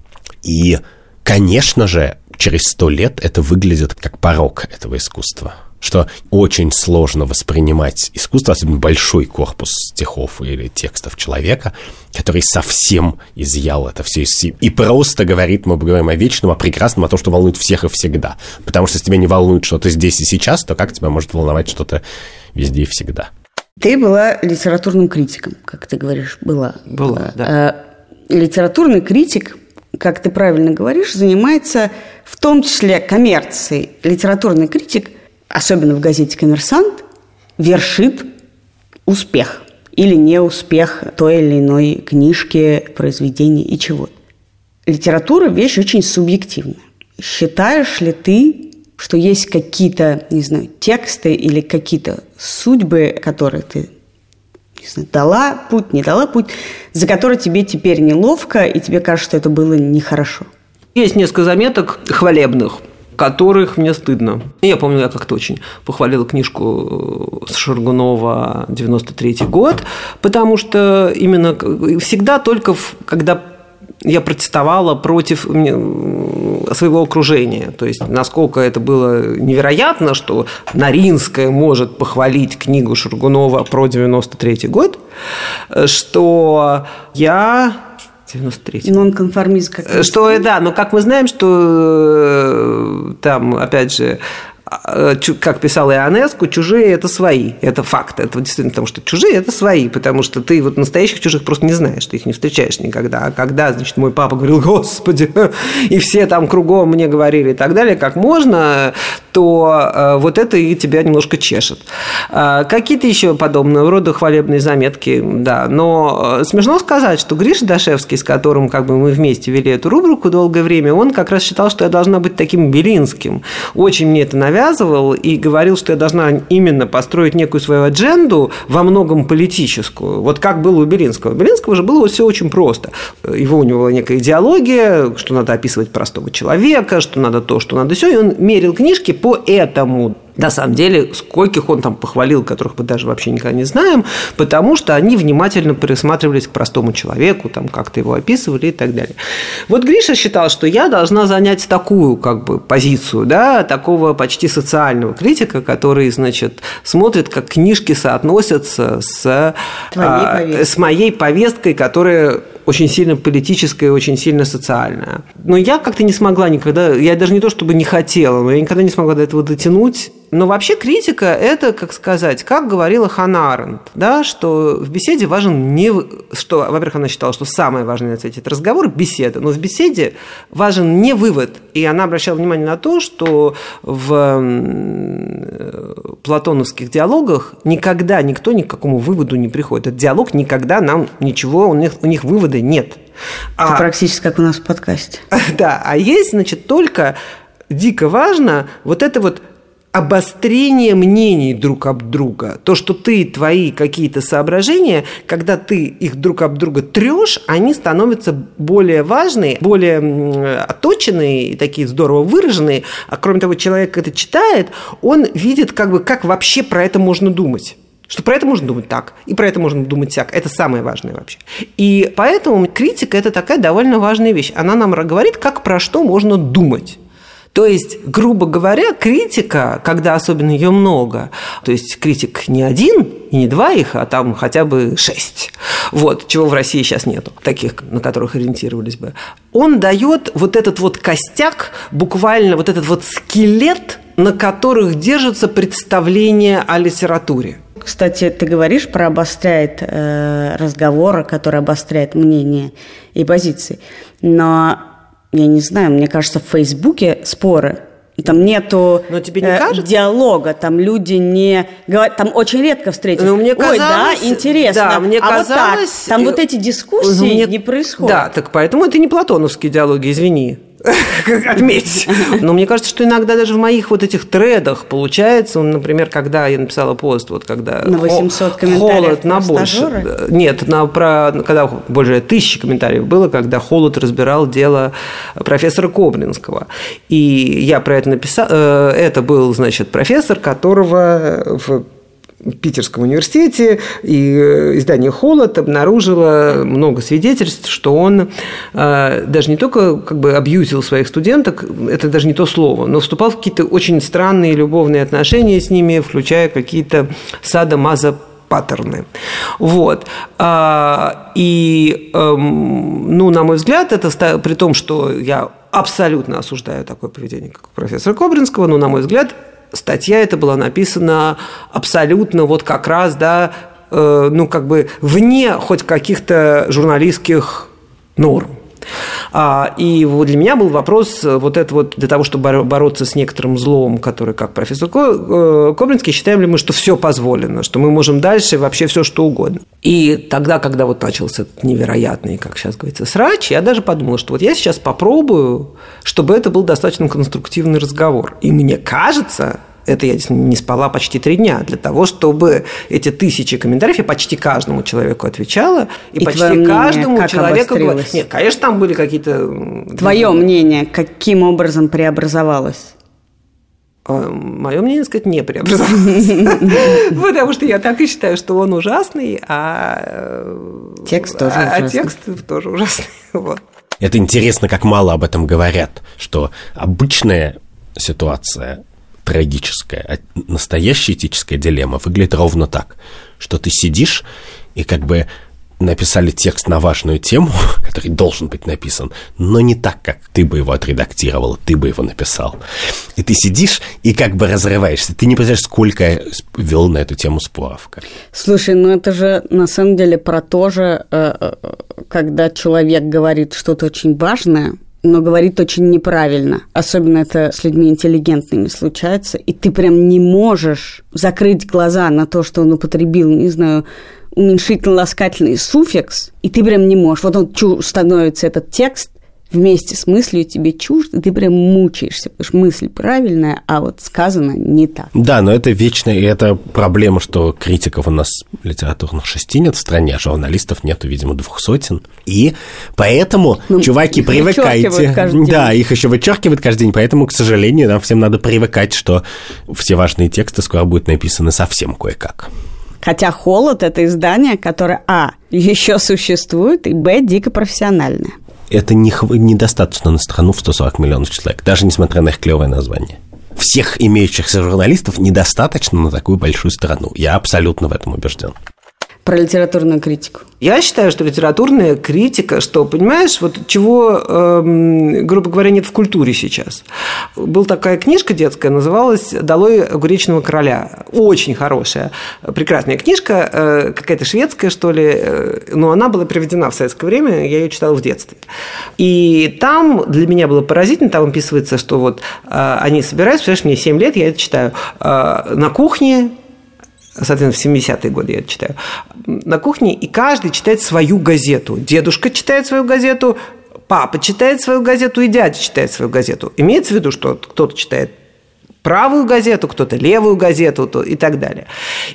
S1: И, конечно же, через сто лет это выглядит как порок этого искусства, что очень сложно воспринимать искусство, особенно большой корпус стихов или текстов человека, который совсем изъял это все и просто говорит, мы говорим о вечном, о прекрасном, о том, что волнует всех и всегда. Потому что если тебя не волнует что-то здесь и сейчас, то как тебя может волновать что-то везде и всегда?
S2: Ты была литературным критиком, как ты говоришь, была.
S3: Была, да.
S2: Литературный критик, как ты правильно говоришь, занимается в том числе коммерцией. Литературный критик, особенно в газете «Коммерсант», вершит успех или неуспех той или иной книжки, произведения и чего-то. Литература – вещь очень субъективная. Считаешь ли ты, что есть какие-то, не знаю, тексты или какие-то судьбы, которые ты, не знаю, дала путь, не дала путь, за которые тебе теперь неловко, и тебе кажется, что это было нехорошо?
S3: Есть несколько заметок хвалебных, которых мне стыдно. Я помню, я как-то очень похвалила книжку Шаргунова девяносто третий год, потому что именно всегда только когда я протестовала против своего окружения. То есть, насколько это было невероятно, что Наринская может похвалить книгу Шаргунова про девяносто третий год, что я... девяносто третий.
S2: Нонконформизм. Как
S3: что, да, но как мы знаем, что там, опять же, как писал Ионеску, чужие – это свои. Это факт. Это действительно, потому что чужие – это свои. Потому что ты вот настоящих чужих просто не знаешь, ты их не встречаешь никогда. А когда, значит, мой папа говорил, Господи, и все там кругом мне говорили и так далее, как можно, то вот это и тебя немножко чешет. Какие-то еще подобного рода хвалебные заметки, да. Но смешно сказать, что Гриша Дашевский, с которым как бы мы вместе вели эту рубрику долгое время, он как раз считал, что я должна быть таким Белинским. Очень мне это навязывал и говорил, что я должна именно построить некую свою адженду, во многом политическую. Вот как было у Белинского. У Белинского же было вот все очень просто. Его у него была некая идеология, что надо описывать простого человека, что надо то, что надо все, и он мерил книжки по этому. На самом деле, скольких он там похвалил, которых мы даже вообще никогда не знаем, потому что они внимательно присматривались к простому человеку, там как-то его описывали и так далее. Вот Гриша считал, что я должна занять такую как бы позицию, да, такого почти социального критика, который, значит, смотрит, как книжки соотносятся с, а, с моей повесткой, которая очень сильно политическая и очень сильно социальная. Но я как-то не смогла никогда, я даже не то чтобы не хотела, но я никогда не смогла до этого дотянуть. Но вообще критика – это, как сказать, как говорила Ханна Аренд, да, что в беседе важен не… что, во-первых, она считала, что самое важное, кстати, это разговор, беседа, но в беседе важен не вывод. И она обращала внимание на то, что в платоновских диалогах никогда никто ни к какому выводу не приходит. Этот диалог никогда нам ничего, у них, у них вывода нет.
S2: Это а, практически как у нас в подкасте.
S3: Да, а есть, значит, только дико важно вот это вот обострение мнений друг об друга. То, что ты, твои какие-то соображения, когда ты их друг об друга трешь, они становятся более важные, более отточенные и такие здорово выраженные. А кроме того, человек это читает, он видит, как бы, как вообще про это можно думать. Что про это можно думать так, и про это можно думать так. Это самое важное вообще. И поэтому критика – это такая довольно важная вещь. Она нам говорит, как про что можно думать. То есть, грубо говоря, критика, когда особенно ее много, то есть критик не один и не два их, а там хотя бы шесть, вот, чего в России сейчас нету, таких, на которых ориентировались бы, он дает вот этот вот костяк, буквально вот этот вот скелет, на которых держится представление о литературе.
S2: Кстати, ты говоришь про обостряет э, разговоры, который обостряет мнение и позиции, но я не знаю, мне кажется, в Фейсбуке споры, там нету
S3: Но тебе не
S2: э,
S3: кажется?
S2: диалога, там люди не говорят, там очень редко встретят.
S3: Ну, мне казалось,
S2: ой, да, интересно.
S3: Да, мне
S2: а
S3: казалось,
S2: вот так, там вот эти дискуссии
S3: ну, мне,
S2: не происходят.
S3: Да, так поэтому это не платоновские диалоги, извини. Отметь. Но мне кажется, что иногда даже в моих вот этих тредах получается, например, когда я написала пост, вот когда
S2: на восемьсот комментариев
S3: холод на больше.
S2: Стажеры?
S3: Нет, на, про, когда больше тысячи комментариев было, когда Холод разбирал дело профессора Кобринского. И я про это написала. Это был, значит, профессор, которого в Питерском университете, и издание «Холод» обнаружило много свидетельств, что он э, даже не только как бы абьюзил своих студенток, это даже не то слово, но вступал в какие-то очень странные любовные отношения с ними, включая какие-то садо-мазо паттерны. Вот. И, ну, на мой взгляд, это при том, что я абсолютно осуждаю такое поведение, как у профессора Кобринского, но, на мой взгляд, статья эта была написана абсолютно вот как раз, да, э, ну, как бы вне хоть каких-то журналистских норм. А, и вот для меня был вопрос вот это вот для того, чтобы бороться с некоторым злом, который, как профессор Кобринский, считаем ли мы, что все позволено, что мы можем дальше вообще все что угодно. И тогда, когда вот начался этот невероятный, как сейчас говорится, срач, я даже подумала, что вот я сейчас попробую, чтобы это был достаточно конструктивный разговор. И мне кажется, это я не спала почти три дня для того, чтобы эти тысячи комментариев, я почти каждому человеку отвечала, и, и почти каждому человеку говорила. Нет, конечно, там были какие-то...
S2: Твое мнение каким образом преобразовалось?
S3: Мое мнение, сказать, не преобразовалось. Потому что я так и считаю, что он ужасный, а
S2: текст тоже ужасный.
S3: А текст тоже ужасный.
S1: Это интересно, как мало об этом говорят, что обычная ситуация трагическая, а настоящая этическая дилемма выглядит ровно так, что ты сидишь и как бы написали текст на важную тему, который должен быть написан, но не так, как ты бы его отредактировал, ты бы его написал. И ты сидишь и как бы разрываешься. Ты не представляешь, сколько я вел на эту тему споров.
S2: Слушай, ну это же на самом деле про то же, когда человек говорит что-то очень важное, но говорит очень неправильно. Особенно это с людьми интеллигентными случается. И ты прям не можешь закрыть глаза на то, что он употребил, не знаю, уменьшительно-ласкательный суффикс, и ты прям не можешь. Вот он чу- становится этот текст вместе с мыслью тебе чужд, и ты прям мучаешься, потому что мысль правильная, а вот сказано не так.
S1: Да, но это вечно, и это проблема, что критиков у нас литературных шести нет в стране, а журналистов нету, видимо, двух сотен. И поэтому, ну, чуваки, привыкайте. Да, их еще вычеркивают каждый день, поэтому, к сожалению, нам всем надо привыкать, что все важные тексты скоро будут написаны совсем кое-как.
S2: Хотя «Холод» – это издание, которое, а, еще существует, и, б, дико профессиональное.
S1: Это не, недостаточно на страну в сто сорок миллионов человек, даже несмотря на их клевое название. Всех имеющихся журналистов недостаточно на такую большую страну. Я абсолютно в этом убежден.
S2: Про литературную критику.
S3: Я считаю, что литературная критика, что, понимаешь, вот чего, э, грубо говоря, нет в культуре сейчас. Была такая книжка детская, называлась «Долой огуречного короля». Очень хорошая, прекрасная книжка, э, какая-то шведская, что ли, э, но она была переведена в советское время, я ее читала в детстве. И там для меня было поразительно, там описывается, что вот э, они собираются, представляешь, мне семь лет, я это читаю, э, на кухне, соответственно, в семидесятые годы я это читаю, на кухне, и каждый читает свою газету. Дедушка читает свою газету, папа читает свою газету, и дядя читает свою газету. Имеется в виду, что кто-то читает правую газету, кто-то левую газету и так далее.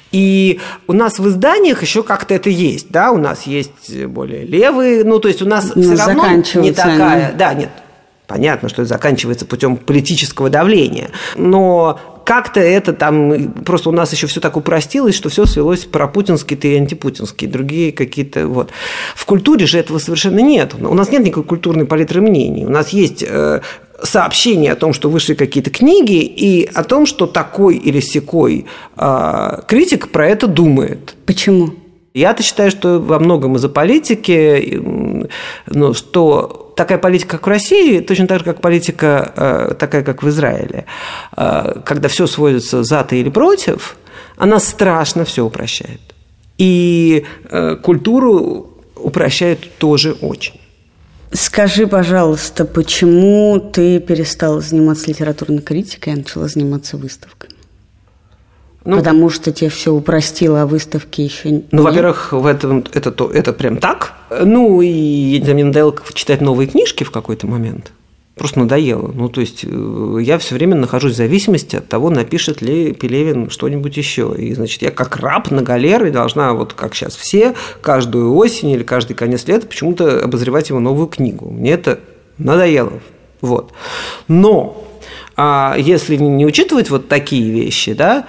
S3: И у нас в изданиях еще как-то это есть, да, у нас есть более левые, ну, то есть у нас
S2: ну,
S3: все равно не такая... Да, нет, понятно, что это заканчивается путем политического давления, но... Как-то это там, просто у нас еще все так упростилось, что все свелось про путинские и антипутинские, другие какие-то, вот. В культуре же этого совершенно нет. У нас нет никакой культурной палитры мнений. У нас есть сообщение о том, что вышли какие-то книги, и о том, что такой или сякой э, критик про это думает.
S2: Почему?
S3: Я-то считаю, что во многом из-за политики, ну, что такая политика, как в России, точно так же, как политика э, такая, как в Израиле, э, когда все сводится за ты или против, она страшно все упрощает. И э, культуру упрощает тоже очень.
S2: Скажи, пожалуйста, почему ты перестала заниматься литературной критикой, а начала заниматься выставками? Ну, потому что тебе все упростило, а выставки еще нет?
S3: Ну, во-первых, в этом, это, это, это прям так. Ну, и мне надоело читать новые книжки в какой-то момент. Просто надоело. Ну, то есть, я все время нахожусь в зависимости от того, напишет ли Пелевин что-нибудь еще. И, значит, я как раб на галеры должна, вот как сейчас все, каждую осень или каждый конец лета почему-то обозревать его новую книгу. Мне это надоело. Вот. Но а если не учитывать вот такие вещи, да,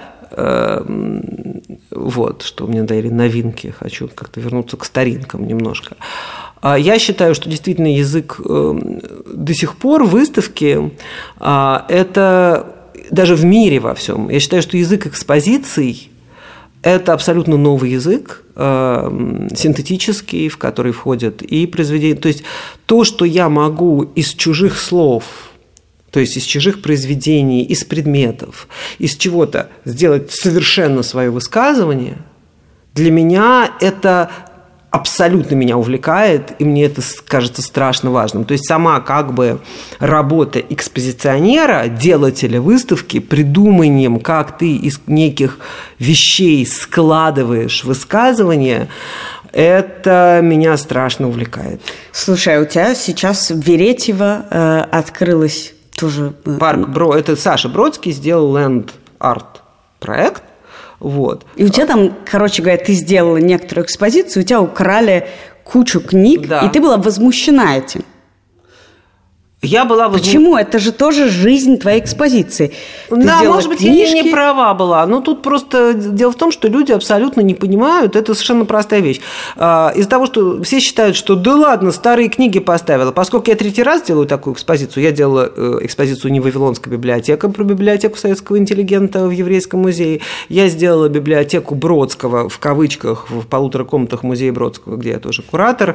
S3: вот, что мне надоели новинки, хочу как-то вернуться к старинкам немножко. Я считаю, что действительно язык до сих пор выставки – это даже в мире во всем. Я считаю, что язык экспозиций – это абсолютно новый язык, синтетический, в который входят и произведения. То есть то, что я могу из чужих слов, то есть из чужих произведений, из предметов, из чего-то сделать совершенно свое высказывание, для меня это абсолютно меня увлекает, и мне это кажется страшно важным. То есть сама как бы работа экспозиционера, делателя выставки, придуманием, как ты из неких вещей складываешь высказывания, это меня страшно увлекает.
S2: Слушай, а у тебя сейчас в Веретьево э, открылась тоже...
S3: Парк Бро... Это Саша Бродский сделал ленд-арт проект. Вот.
S2: И у тебя там, короче говоря, ты сделала некоторую экспозицию, у тебя украли кучу книг, да. И ты была возмущена этим.
S3: Я была возму...
S2: Почему? Это же тоже жизнь твоей экспозиции. Ты
S3: да, может быть,
S2: книжки...
S3: я не права была. Но тут просто дело в том, что люди абсолютно не понимают. Это совершенно простая вещь. Из-за того, что все считают, что да ладно, старые книги поставила. Поскольку я третий раз делаю такую экспозицию, я делала экспозицию «Не Вавилонская библиотека» про библиотеку советского интеллигента в Еврейском музее. Я сделала библиотеку Бродского, в кавычках, в полутора комнатах музея Бродского, где я тоже куратор,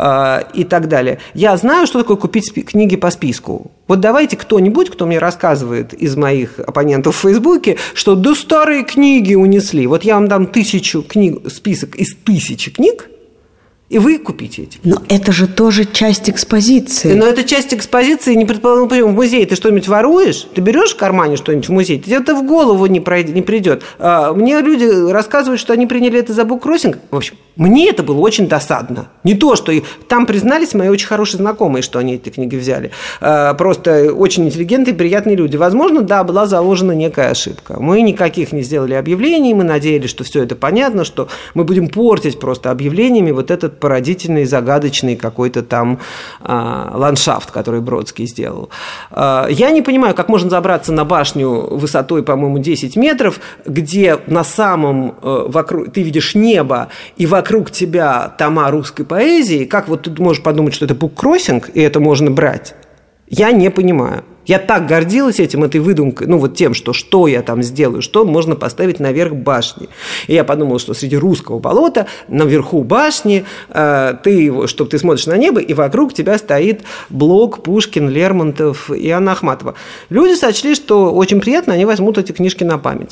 S3: и так далее. Я знаю, что такое купить книги по списку. Вот давайте кто-нибудь, кто мне рассказывает из моих оппонентов в Фейсбуке, что да старые книги унесли. Вот я вам дам тысячу книг, список из тысячи книг, и вы купите эти.
S2: Но это же тоже часть экспозиции.
S3: Но это часть экспозиции. Не предположим, в музее ты что-нибудь воруешь, ты берешь в кармане что-нибудь в музей, тебе это в голову не, пройдет, не придет. Мне люди рассказывают, что они приняли это за буккроссинг. В общем, мне это было очень досадно. Не то, что там признались мои очень хорошие знакомые, что они эти книги взяли. Просто очень интеллигентные, приятные люди. Возможно, да, была заложена некая ошибка. Мы никаких не сделали объявлений, мы надеялись, что все это понятно, что мы будем портить просто объявлениями вот этот породительный, загадочный какой-то там а, ландшафт, который Бродский сделал. А, я не понимаю, как можно забраться на башню высотой, по-моему, десять метров, где на самом э, вокруг ты видишь небо, и вокруг тебя тома русской поэзии. Как вот ты можешь подумать, что это буккроссинг, и это можно брать? Я не понимаю. Я так гордилась этим, этой выдумкой, ну вот тем, что что я там сделаю, что можно поставить наверх башни. И я подумала, что среди русского болота наверху башни э, ты, что ты смотришь на небо, и вокруг тебя стоит Блок, Пушкин, Лермонтов и Анна Ахматова. Люди сочли, что очень приятно, они возьмут эти книжки на память.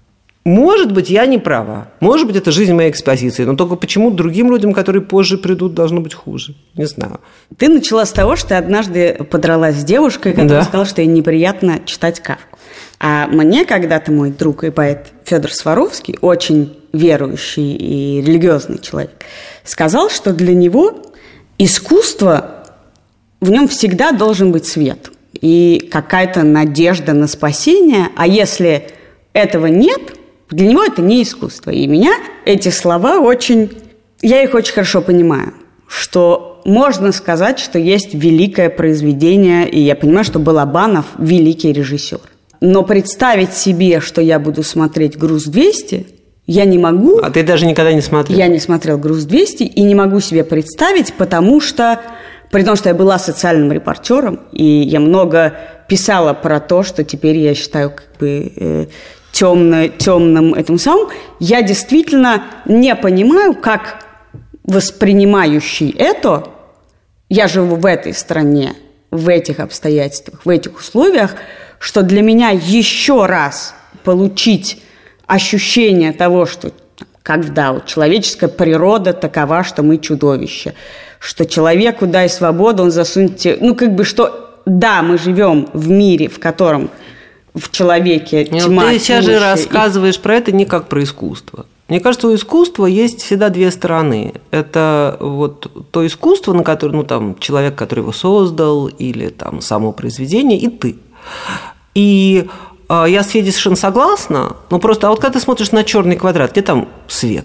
S3: Может быть, я не права. Может быть, это жизнь моей экспозиции. Но только почему другим людям, которые позже придут, должно быть хуже? Не знаю.
S2: Ты начала с того, что ты однажды подралась с девушкой, которая да. сказала, что ей неприятно читать Кафку. А мне когда-то мой друг и поэт Федор Сваровский, очень верующий и религиозный человек, сказал, что для него искусство, в нем всегда должен быть свет. И какая-то надежда на спасение. А если этого нет... Для него это не искусство. И меня эти слова очень... Я их очень хорошо понимаю. Что можно сказать, что есть великое произведение, и я понимаю, что Балабанов – великий режиссер. Но представить себе, что я буду смотреть «Груз двести», я не могу.
S3: А ты даже никогда не смотрел?
S2: Я не смотрел «Груз двести» и не могу себе представить, потому что... При том, что я была социальным репортером, и я много писала про то, что теперь я считаю как бы э, темно, темным этим самым, я действительно не понимаю, как воспринимающий это, я живу в этой стране, в этих обстоятельствах, в этих условиях, что для меня еще раз получить ощущение того, что, как да, человеческая природа такова, что мы чудовище, что человеку дай свободу, он засунет... Ну, как бы, что да, мы живем в мире, в котором в человеке тьма.
S3: Ты сейчас же рассказываешь и... про это не как про искусство. Мне кажется, у искусства есть всегда две стороны. Это вот то искусство, на которое, ну, там, человек, который его создал, или там само произведение, и ты. И э, я с Федей совершенно согласна, но просто, а вот когда ты смотришь на черный квадрат, где там свет?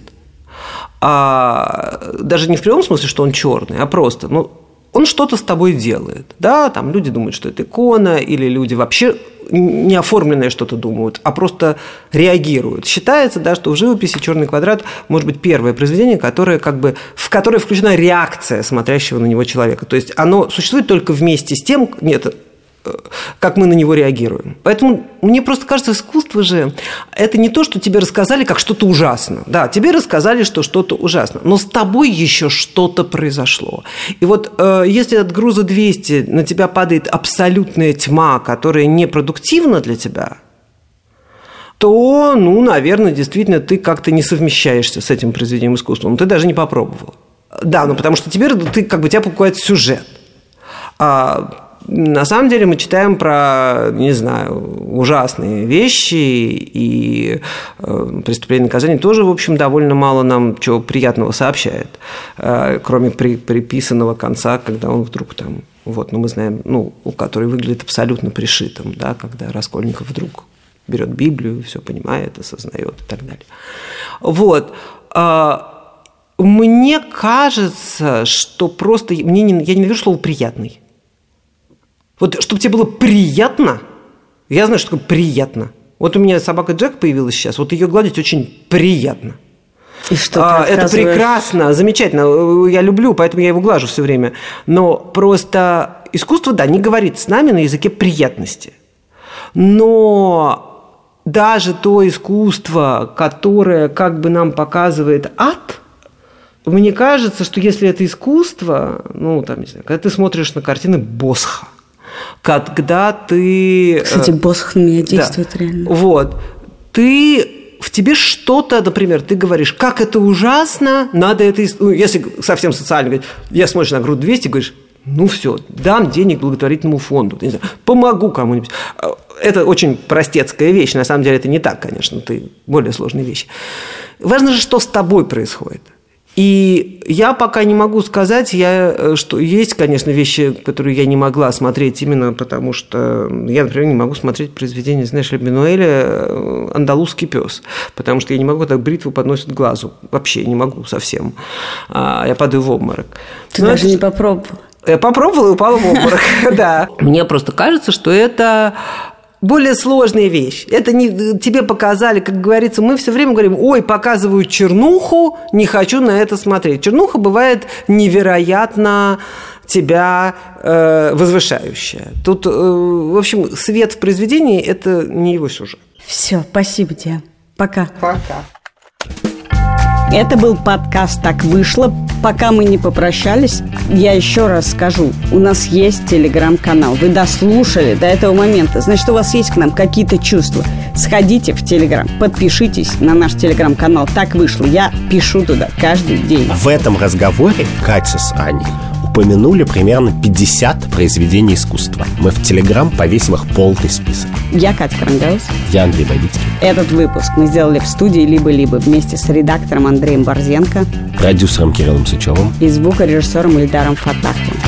S3: А, даже не в прямом смысле, что он черный, а просто, ну, он что-то с тобой делает. Да, там люди думают, что это икона, или люди вообще не оформленное что-то думают, а просто реагируют. Считается, да, что в живописи черный квадрат может быть первое произведение, которое, как бы, в которое включена реакция смотрящего на него человека. То есть оно существует только вместе с тем, нет, как мы на него реагируем. Поэтому мне просто кажется, искусство же это не то, что тебе рассказали как что-то ужасно. Да, тебе рассказали, что что-то ужасно, но с тобой еще что-то произошло. И вот э, если от груза двести на тебя падает абсолютная тьма, которая непродуктивна для тебя, то, ну, наверное, действительно ты как-то не совмещаешься с этим произведением искусства. Но ты даже не попробовал. Да, ну потому что теперь ты, как бы, тебя покупает сюжет. А на самом деле мы читаем про, не знаю, ужасные вещи, и э, «Преступление и наказание» тоже, в общем, довольно мало нам чего приятного сообщает, э, кроме при, приписанного конца, когда он вдруг там, вот, ну, мы знаем, ну, который выглядит абсолютно пришитым, да, когда Раскольников вдруг берет Библию, все понимает, осознает и так далее. Вот. Мне кажется, что просто... Мне не, я не вижу слово «приятный». Вот чтобы тебе было приятно, я знаю, что такое приятно. Вот у меня собака Джек появилась сейчас, вот ее гладить очень приятно.
S2: И что
S3: а, это прекрасно, замечательно, я люблю, поэтому я его глажу все время. Но просто искусство, да, не говорит с нами на языке приятности. Но даже то искусство, которое как бы нам показывает ад, мне кажется, что если это искусство, ну, там, не знаю, когда ты смотришь на картины Босха, когда ты...
S2: Кстати, Босх на меня действует, да, реально.
S3: Вот. Ты... В тебе что-то, например, ты говоришь, как это ужасно, надо это... Ну, если совсем социально говорить, я смотришь на грудь двести, говоришь, ну все, дам денег благотворительному фонду, не знаю, помогу кому-нибудь. Это очень простецкая вещь, на самом деле это не так, конечно, это более сложные вещи. Важно же, что с тобой происходит. И я пока не могу сказать, я, что есть, конечно, вещи, которые я не могла смотреть именно потому, что я, например, не могу смотреть произведение, знаешь, Бенуэля «Андалузский пес», потому что я не могу, так бритву подносят к глазу. Вообще не могу совсем. Я падаю в обморок.
S2: Ты Но даже это... не попробовала?
S3: Я попробовала и упала в обморок, да. Мне просто кажется, что это... более сложная вещь. Это не тебе показали, как говорится, мы все время говорим, ой, показывают чернуху, не хочу на это смотреть. Чернуха бывает невероятно тебя э, возвышающая. Тут, э, в общем, свет в произведении – это не его сюжет.
S2: Все, спасибо тебе. Пока.
S3: Пока.
S2: Это был подкаст «Так вышло». Пока мы не попрощались, я еще раз скажу. У нас есть телеграм-канал. Вы дослушали до этого момента. Значит, у вас есть к нам какие-то чувства. Сходите в телеграм, подпишитесь на наш телеграм-канал «Так вышло». Я пишу туда каждый день.
S1: В этом разговоре Катя с Аней упомянули примерно пятьдесят произведений искусства. Мы в телеграм повесим их полный список.
S2: Я Катя Крангаус.
S1: Я Андрей Бабицкий.
S2: Этот выпуск мы сделали в студии «Либо-либо» вместе с редактором Андреем Борзенко,
S1: продюсером Кириллом Сычевым
S2: и звукорежиссером Ильдаром Фатаховым.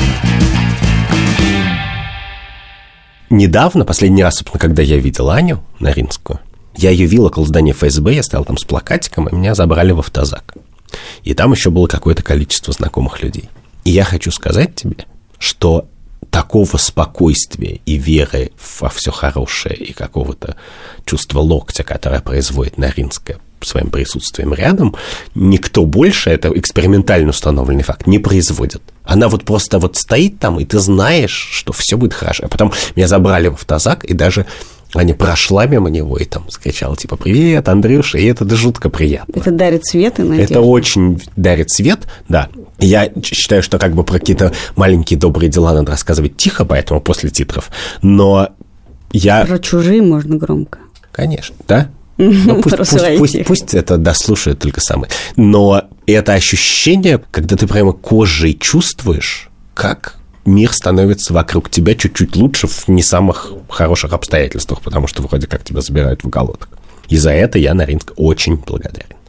S1: Недавно, последний раз, когда я видел Аню Наринскую, я ее видел около здания эф эс бэ, я стоял там с плакатиком, и меня забрали в автозак. И там еще было какое-то количество знакомых людей. И я хочу сказать тебе, что такого спокойствия и веры во все хорошее и какого-то чувства локтя, которое производит Наринская своим присутствием рядом, никто больше, это экспериментально установленный факт, не производит. Она вот просто вот стоит там, и ты знаешь, что все будет хорошо. А потом меня забрали в автозак, и даже Аня прошла мимо него и там скричала, типа, «Привет, Андрюша», и это да жутко приятно.
S2: Это дарит свет и надежду.
S1: Это очень дарит свет, да. Я считаю, что как бы про какие-то маленькие добрые дела надо рассказывать тихо, поэтому после титров, но я...
S2: Про чужие можно громко.
S1: Конечно, да? Ну, пусть, пусть, пусть, пусть это дослушают только самые. Но это ощущение, когда ты прямо кожей чувствуешь, как мир становится вокруг тебя чуть-чуть лучше в не самых хороших обстоятельствах, потому что вроде как тебя забирают в голодок. И за это я Наринск очень благодарен.